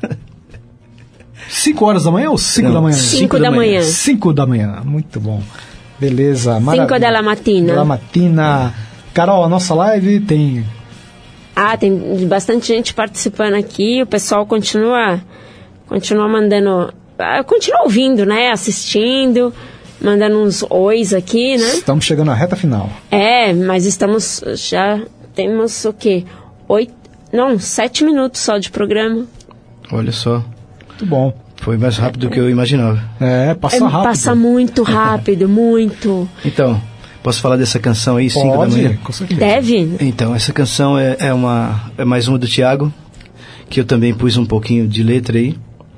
cinco horas da manhã ou cinco Não, da manhã? cinco da manhã. cinco da manhã, muito bom. Beleza, maravilha. cinco da matina. Da matina. Carol, a nossa live tem... Ah, tem bastante gente participando aqui, o pessoal continua, continua mandando, ah, continua ouvindo, né, assistindo, mandando uns ois aqui, né? Estamos chegando à reta final. É, mas estamos, já temos o quê? Oito, não, sete minutos só de programa. Olha só. Muito bom. Foi mais rápido do que eu imaginava. É, passa É, rápido. passa muito rápido, muito. Então, posso falar dessa canção aí, cinco da Pode, manhã? com certeza. Deve? Então, essa canção é, é, uma, é mais uma do Thiago, que eu também pus um pouquinho de letra aí.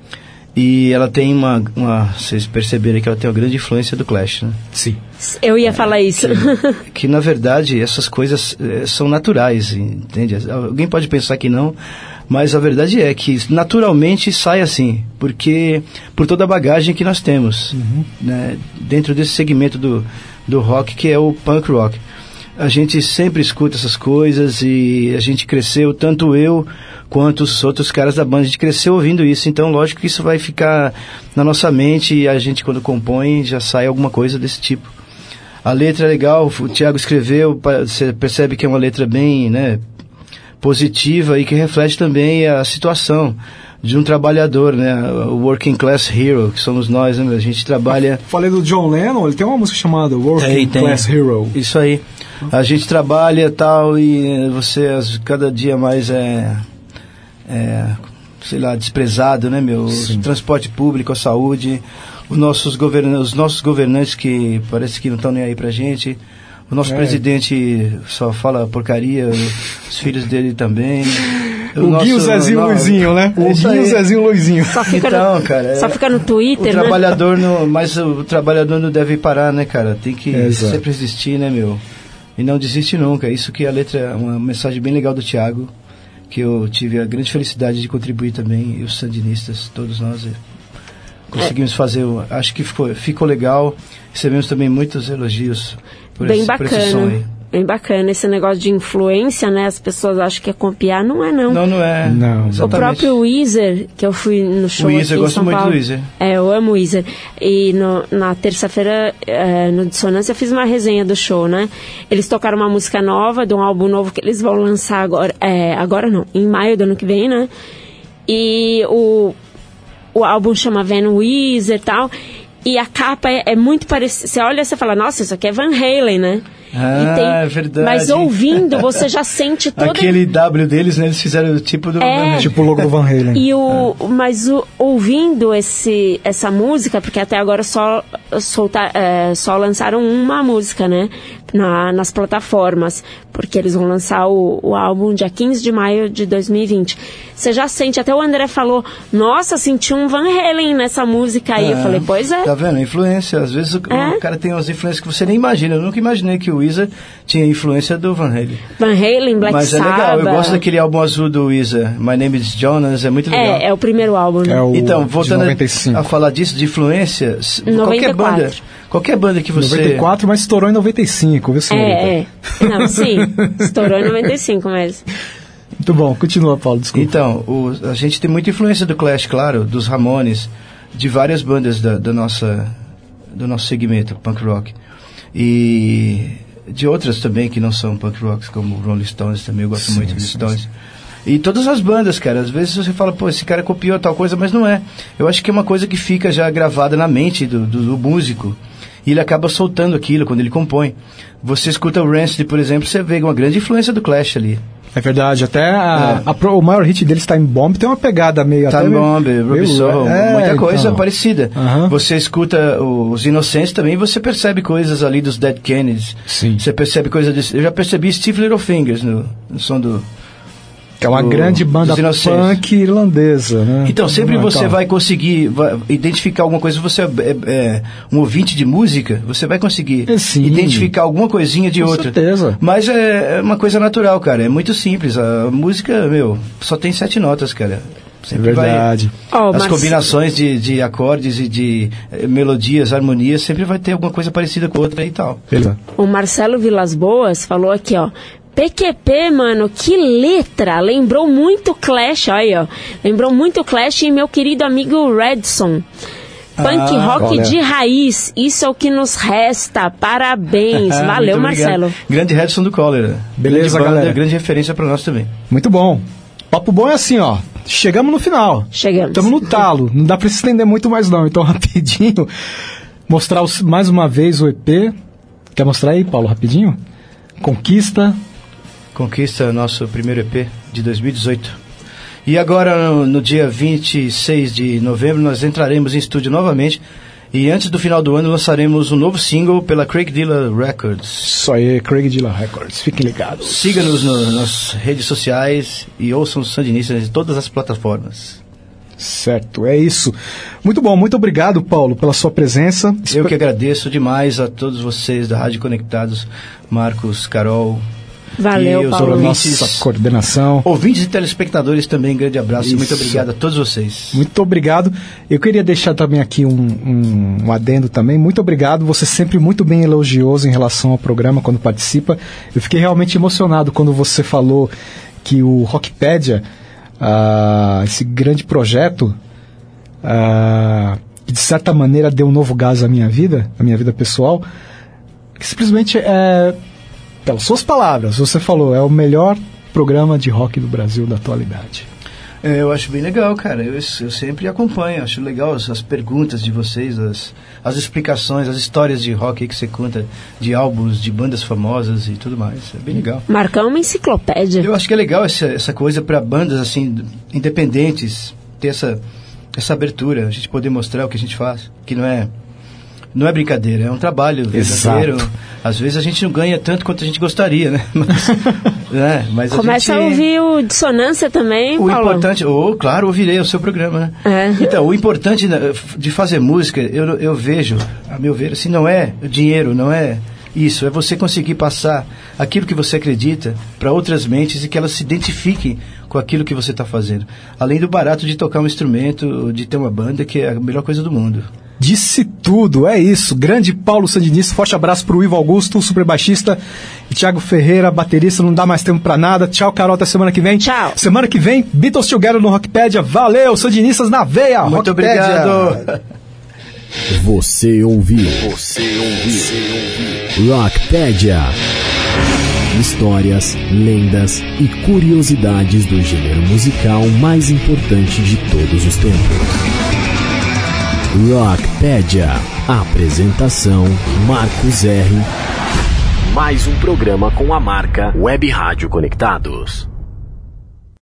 E ela tem uma, uma... Vocês perceberam que ela tem uma grande influência do Clash, né? Sim. Eu ia falar isso. Que, que, na verdade, essas coisas é, são naturais, entende? Alguém pode pensar que não, mas a verdade é que naturalmente sai assim, porque por toda a bagagem que nós temos, uhum. né, dentro desse segmento do, do rock, que é o punk rock. A gente sempre escuta essas coisas e a gente cresceu, tanto eu quanto os outros caras da banda, a gente cresceu ouvindo isso, então lógico que isso vai ficar na nossa mente e a gente quando compõe já sai alguma coisa desse tipo. A letra é legal, o Thiago escreveu, você percebe que é uma letra bem, né, positiva e que reflete também a situação de um trabalhador, né, o working class hero, que somos nós, né, a gente trabalha... Falei do John Lennon, ele tem uma música chamada Working tem, tem. Class Hero. Isso aí. A gente trabalha tal e você cada dia mais é, é sei lá, desprezado, né, meu? O transporte público, a saúde, os nossos, govern... os nossos governantes que parece que não estão nem aí pra gente. O nosso é. presidente só fala porcaria, os filhos dele também. O, o Guinho, Zezinho e Luizinho, né? O Guinho, Zezinho e Luizinho. Só fica, então, no, cara, só fica no Twitter, o né? Trabalhador no, mas o trabalhador não deve parar, né, cara? Tem que é, sempre existir, né, meu? E não desiste nunca. Isso que a letra é uma mensagem bem legal do Thiago, que eu tive a grande felicidade de contribuir também, e os sandinistas, todos nós, conseguimos é. fazer, acho que ficou, ficou legal, recebemos também muitos elogios por bem esse, bacana, por esse som aí. Bem bacana, esse negócio de influência, né, as pessoas acham que é copiar, não é não. Não, não é. Não, o próprio Weezer, que eu fui no show o Weezer, aqui eu em São gosto Paulo, muito do Weezer. É, eu amo o Weezer. E no, na terça-feira, é, no Dissonância, eu fiz uma resenha do show, né? Eles tocaram uma música nova, de um álbum novo que eles vão lançar agora, é, agora não, em maio do ano que vem, né? E o, o álbum chama Van Weezer e tal, e a capa é, é muito parecida. Você olha e você fala, nossa, isso aqui é Van Halen, né? Ah, tem, é verdade. Mas ouvindo, você já sente toda... Aquele W deles, né? Eles fizeram o tipo do... É, tipo o logo do Van Halen. E o, é. Mas o, ouvindo esse, essa música, porque até agora só, solta, é, só lançaram uma música, né? Na, nas plataformas, porque eles vão lançar o, o álbum dia quinze de maio de dois mil e vinte. Você já sente, até o André falou, nossa, senti um Van Halen nessa música aí. É, eu falei, pois é. Tá vendo? Influência. Às vezes o, é. o cara tem umas influências que você nem imagina. Eu nunca imaginei que o Weezer tinha influência do Van Halen. Van Halen, Black Mas Sabbath. Mas é legal, eu gosto daquele álbum azul do Weezer, My Name is Jonas, é muito legal. É, é o primeiro álbum, né? É o então, voltando a, a falar disso, de influência, noventa e quatro. qualquer banda... Qualquer banda que você... noventa e quatro, mas estourou em noventa e cinco, viu, senhorita? É, é. Não, sim. Estourou em noventa e cinco, mas... Muito bom. Continua, Paulo, desculpa. Então, o, a gente tem muita influência do Clash, claro, dos Ramones, de várias bandas da, da nossa, do nosso segmento, punk rock. E de outras também que não são punk rocks, como Rolling Stones também, eu gosto sim, muito dos Stones. Sim. E todas as bandas, cara, às vezes você fala, pô, esse cara copiou tal coisa, mas não é. Eu acho que é uma coisa que fica já gravada na mente do, do, do músico. E ele acaba soltando aquilo quando ele compõe. Você escuta o Rancid, por exemplo, você vê uma grande influência do Clash ali. É verdade, até a, é. a, o maior hit deles, Time Bomb, tem uma pegada meio... Time Bomb, Ruby Soho, é, muita coisa então. parecida. Uh-huh. Você escuta os Inocentes também, você percebe coisas ali dos Dead Kennedys. Sim. Você percebe coisas... De, eu já percebi Steve Littlefingers no, no som do... Que é uma do, grande banda punk irlandesa, né? Então, sempre ah, você então. vai conseguir vai identificar alguma coisa. Você é, é um ouvinte de música, você vai conseguir é, sim. identificar alguma coisinha de Com outra. certeza. Mas é, é uma coisa natural, cara. É muito simples. A música, meu, só tem sete notas, cara. Sempre Verdade. vai, Ó, as Marce- combinações de, de acordes e de eh, melodias, harmonias, sempre vai ter alguma coisa parecida com outra e tal. Beleza. O Marcelo Vilas Boas falou aqui, ó. P Q P, mano, que letra! Lembrou muito Clash, olha aí, ó. Lembrou muito Clash e meu querido amigo Redson. Punk Ah, rock olha. de raiz, isso é o que nos resta. Parabéns. Valeu, Muito Marcelo. obrigado. Grande Redson do Cólera. Beleza, grande banda, galera. grande referência para nós também. Muito bom. Papo bom é assim, ó. Chegamos no final. Chegamos. Estamos no talo. Não dá pra se estender muito mais, não. Então, rapidinho, mostrar os- mais uma vez o E P. Quer mostrar aí, Paulo, rapidinho? Conquista. Conquista, nosso primeiro E P de dois mil e dezoito. E agora, no, no dia vinte e seis de novembro, nós entraremos em estúdio novamente. E antes do final do ano, lançaremos um novo single pela Craig Dilla Records. Isso aí, Craig Dilla Records. Fiquem ligados. Siga-nos no- nas redes sociais e ouçam os Sandinistas em todas as plataformas. Certo, é isso. Muito bom, muito obrigado, Paulo, pela sua presença. Eu que agradeço demais a todos vocês da Rádio Conectados, Marcos, Carol, Valeu, e os Paulo. ouvintes, Nossa coordenação. ouvintes e telespectadores também, grande abraço e muito Isso. obrigado a todos vocês. Muito obrigado. Eu queria deixar também aqui um, um, um adendo também. Muito obrigado. Você sempre muito bem elogioso em relação ao programa quando participa. Eu fiquei realmente emocionado quando você falou que o Rockpedia, ah, esse grande projeto, ah, que de certa maneira deu um novo gás à minha vida, à minha vida pessoal, que simplesmente é, pelas suas palavras, você falou, é o melhor programa de rock do Brasil da atualidade. É, eu acho bem legal, cara. Eu, eu sempre acompanho. Acho legal as, as perguntas de vocês, as, as explicações, as histórias de rock aí que você conta, de álbuns, de bandas famosas e tudo mais. É bem legal. Marcar uma enciclopédia. Eu acho que é legal essa, essa coisa para bandas assim independentes ter essa essa abertura, a gente poder mostrar o que a gente faz, que não é não é brincadeira, é um trabalho verdadeiro. Exato. Às vezes a gente não ganha tanto quanto a gente gostaria, né? Mas, né? Mas a Começa gente... a ouvir o Dissonância também, O Paulo. importante, oh, claro, ouvirei o seu programa, né? É. Então, o importante né, de fazer música, eu, eu vejo, a meu ver, assim, não é o dinheiro, não é isso, é você conseguir passar aquilo que você acredita para outras mentes e que elas se identifiquem com aquilo que você está fazendo. Além do barato de tocar um instrumento, de ter uma banda, que é a melhor coisa do mundo. Disse tudo, é isso. Grande Paulo Sandinista, forte abraço pro Ivo Augusto, super baixista, e Thiago Ferreira, baterista, não dá mais tempo pra nada. Tchau, Carol, até semana que vem. Tchau. Semana que vem, Beatles Together no Rockpedia. Valeu, Sandinistas na veia. Muito Rockpedia. obrigado. Você ouviu? Você ouviu? Rockpedia. Histórias, lendas e curiosidades do gênero musical mais importante de todos os tempos. Rockpedia. Apresentação Marcos R. Mais um programa com a marca Web Rádio Conectados.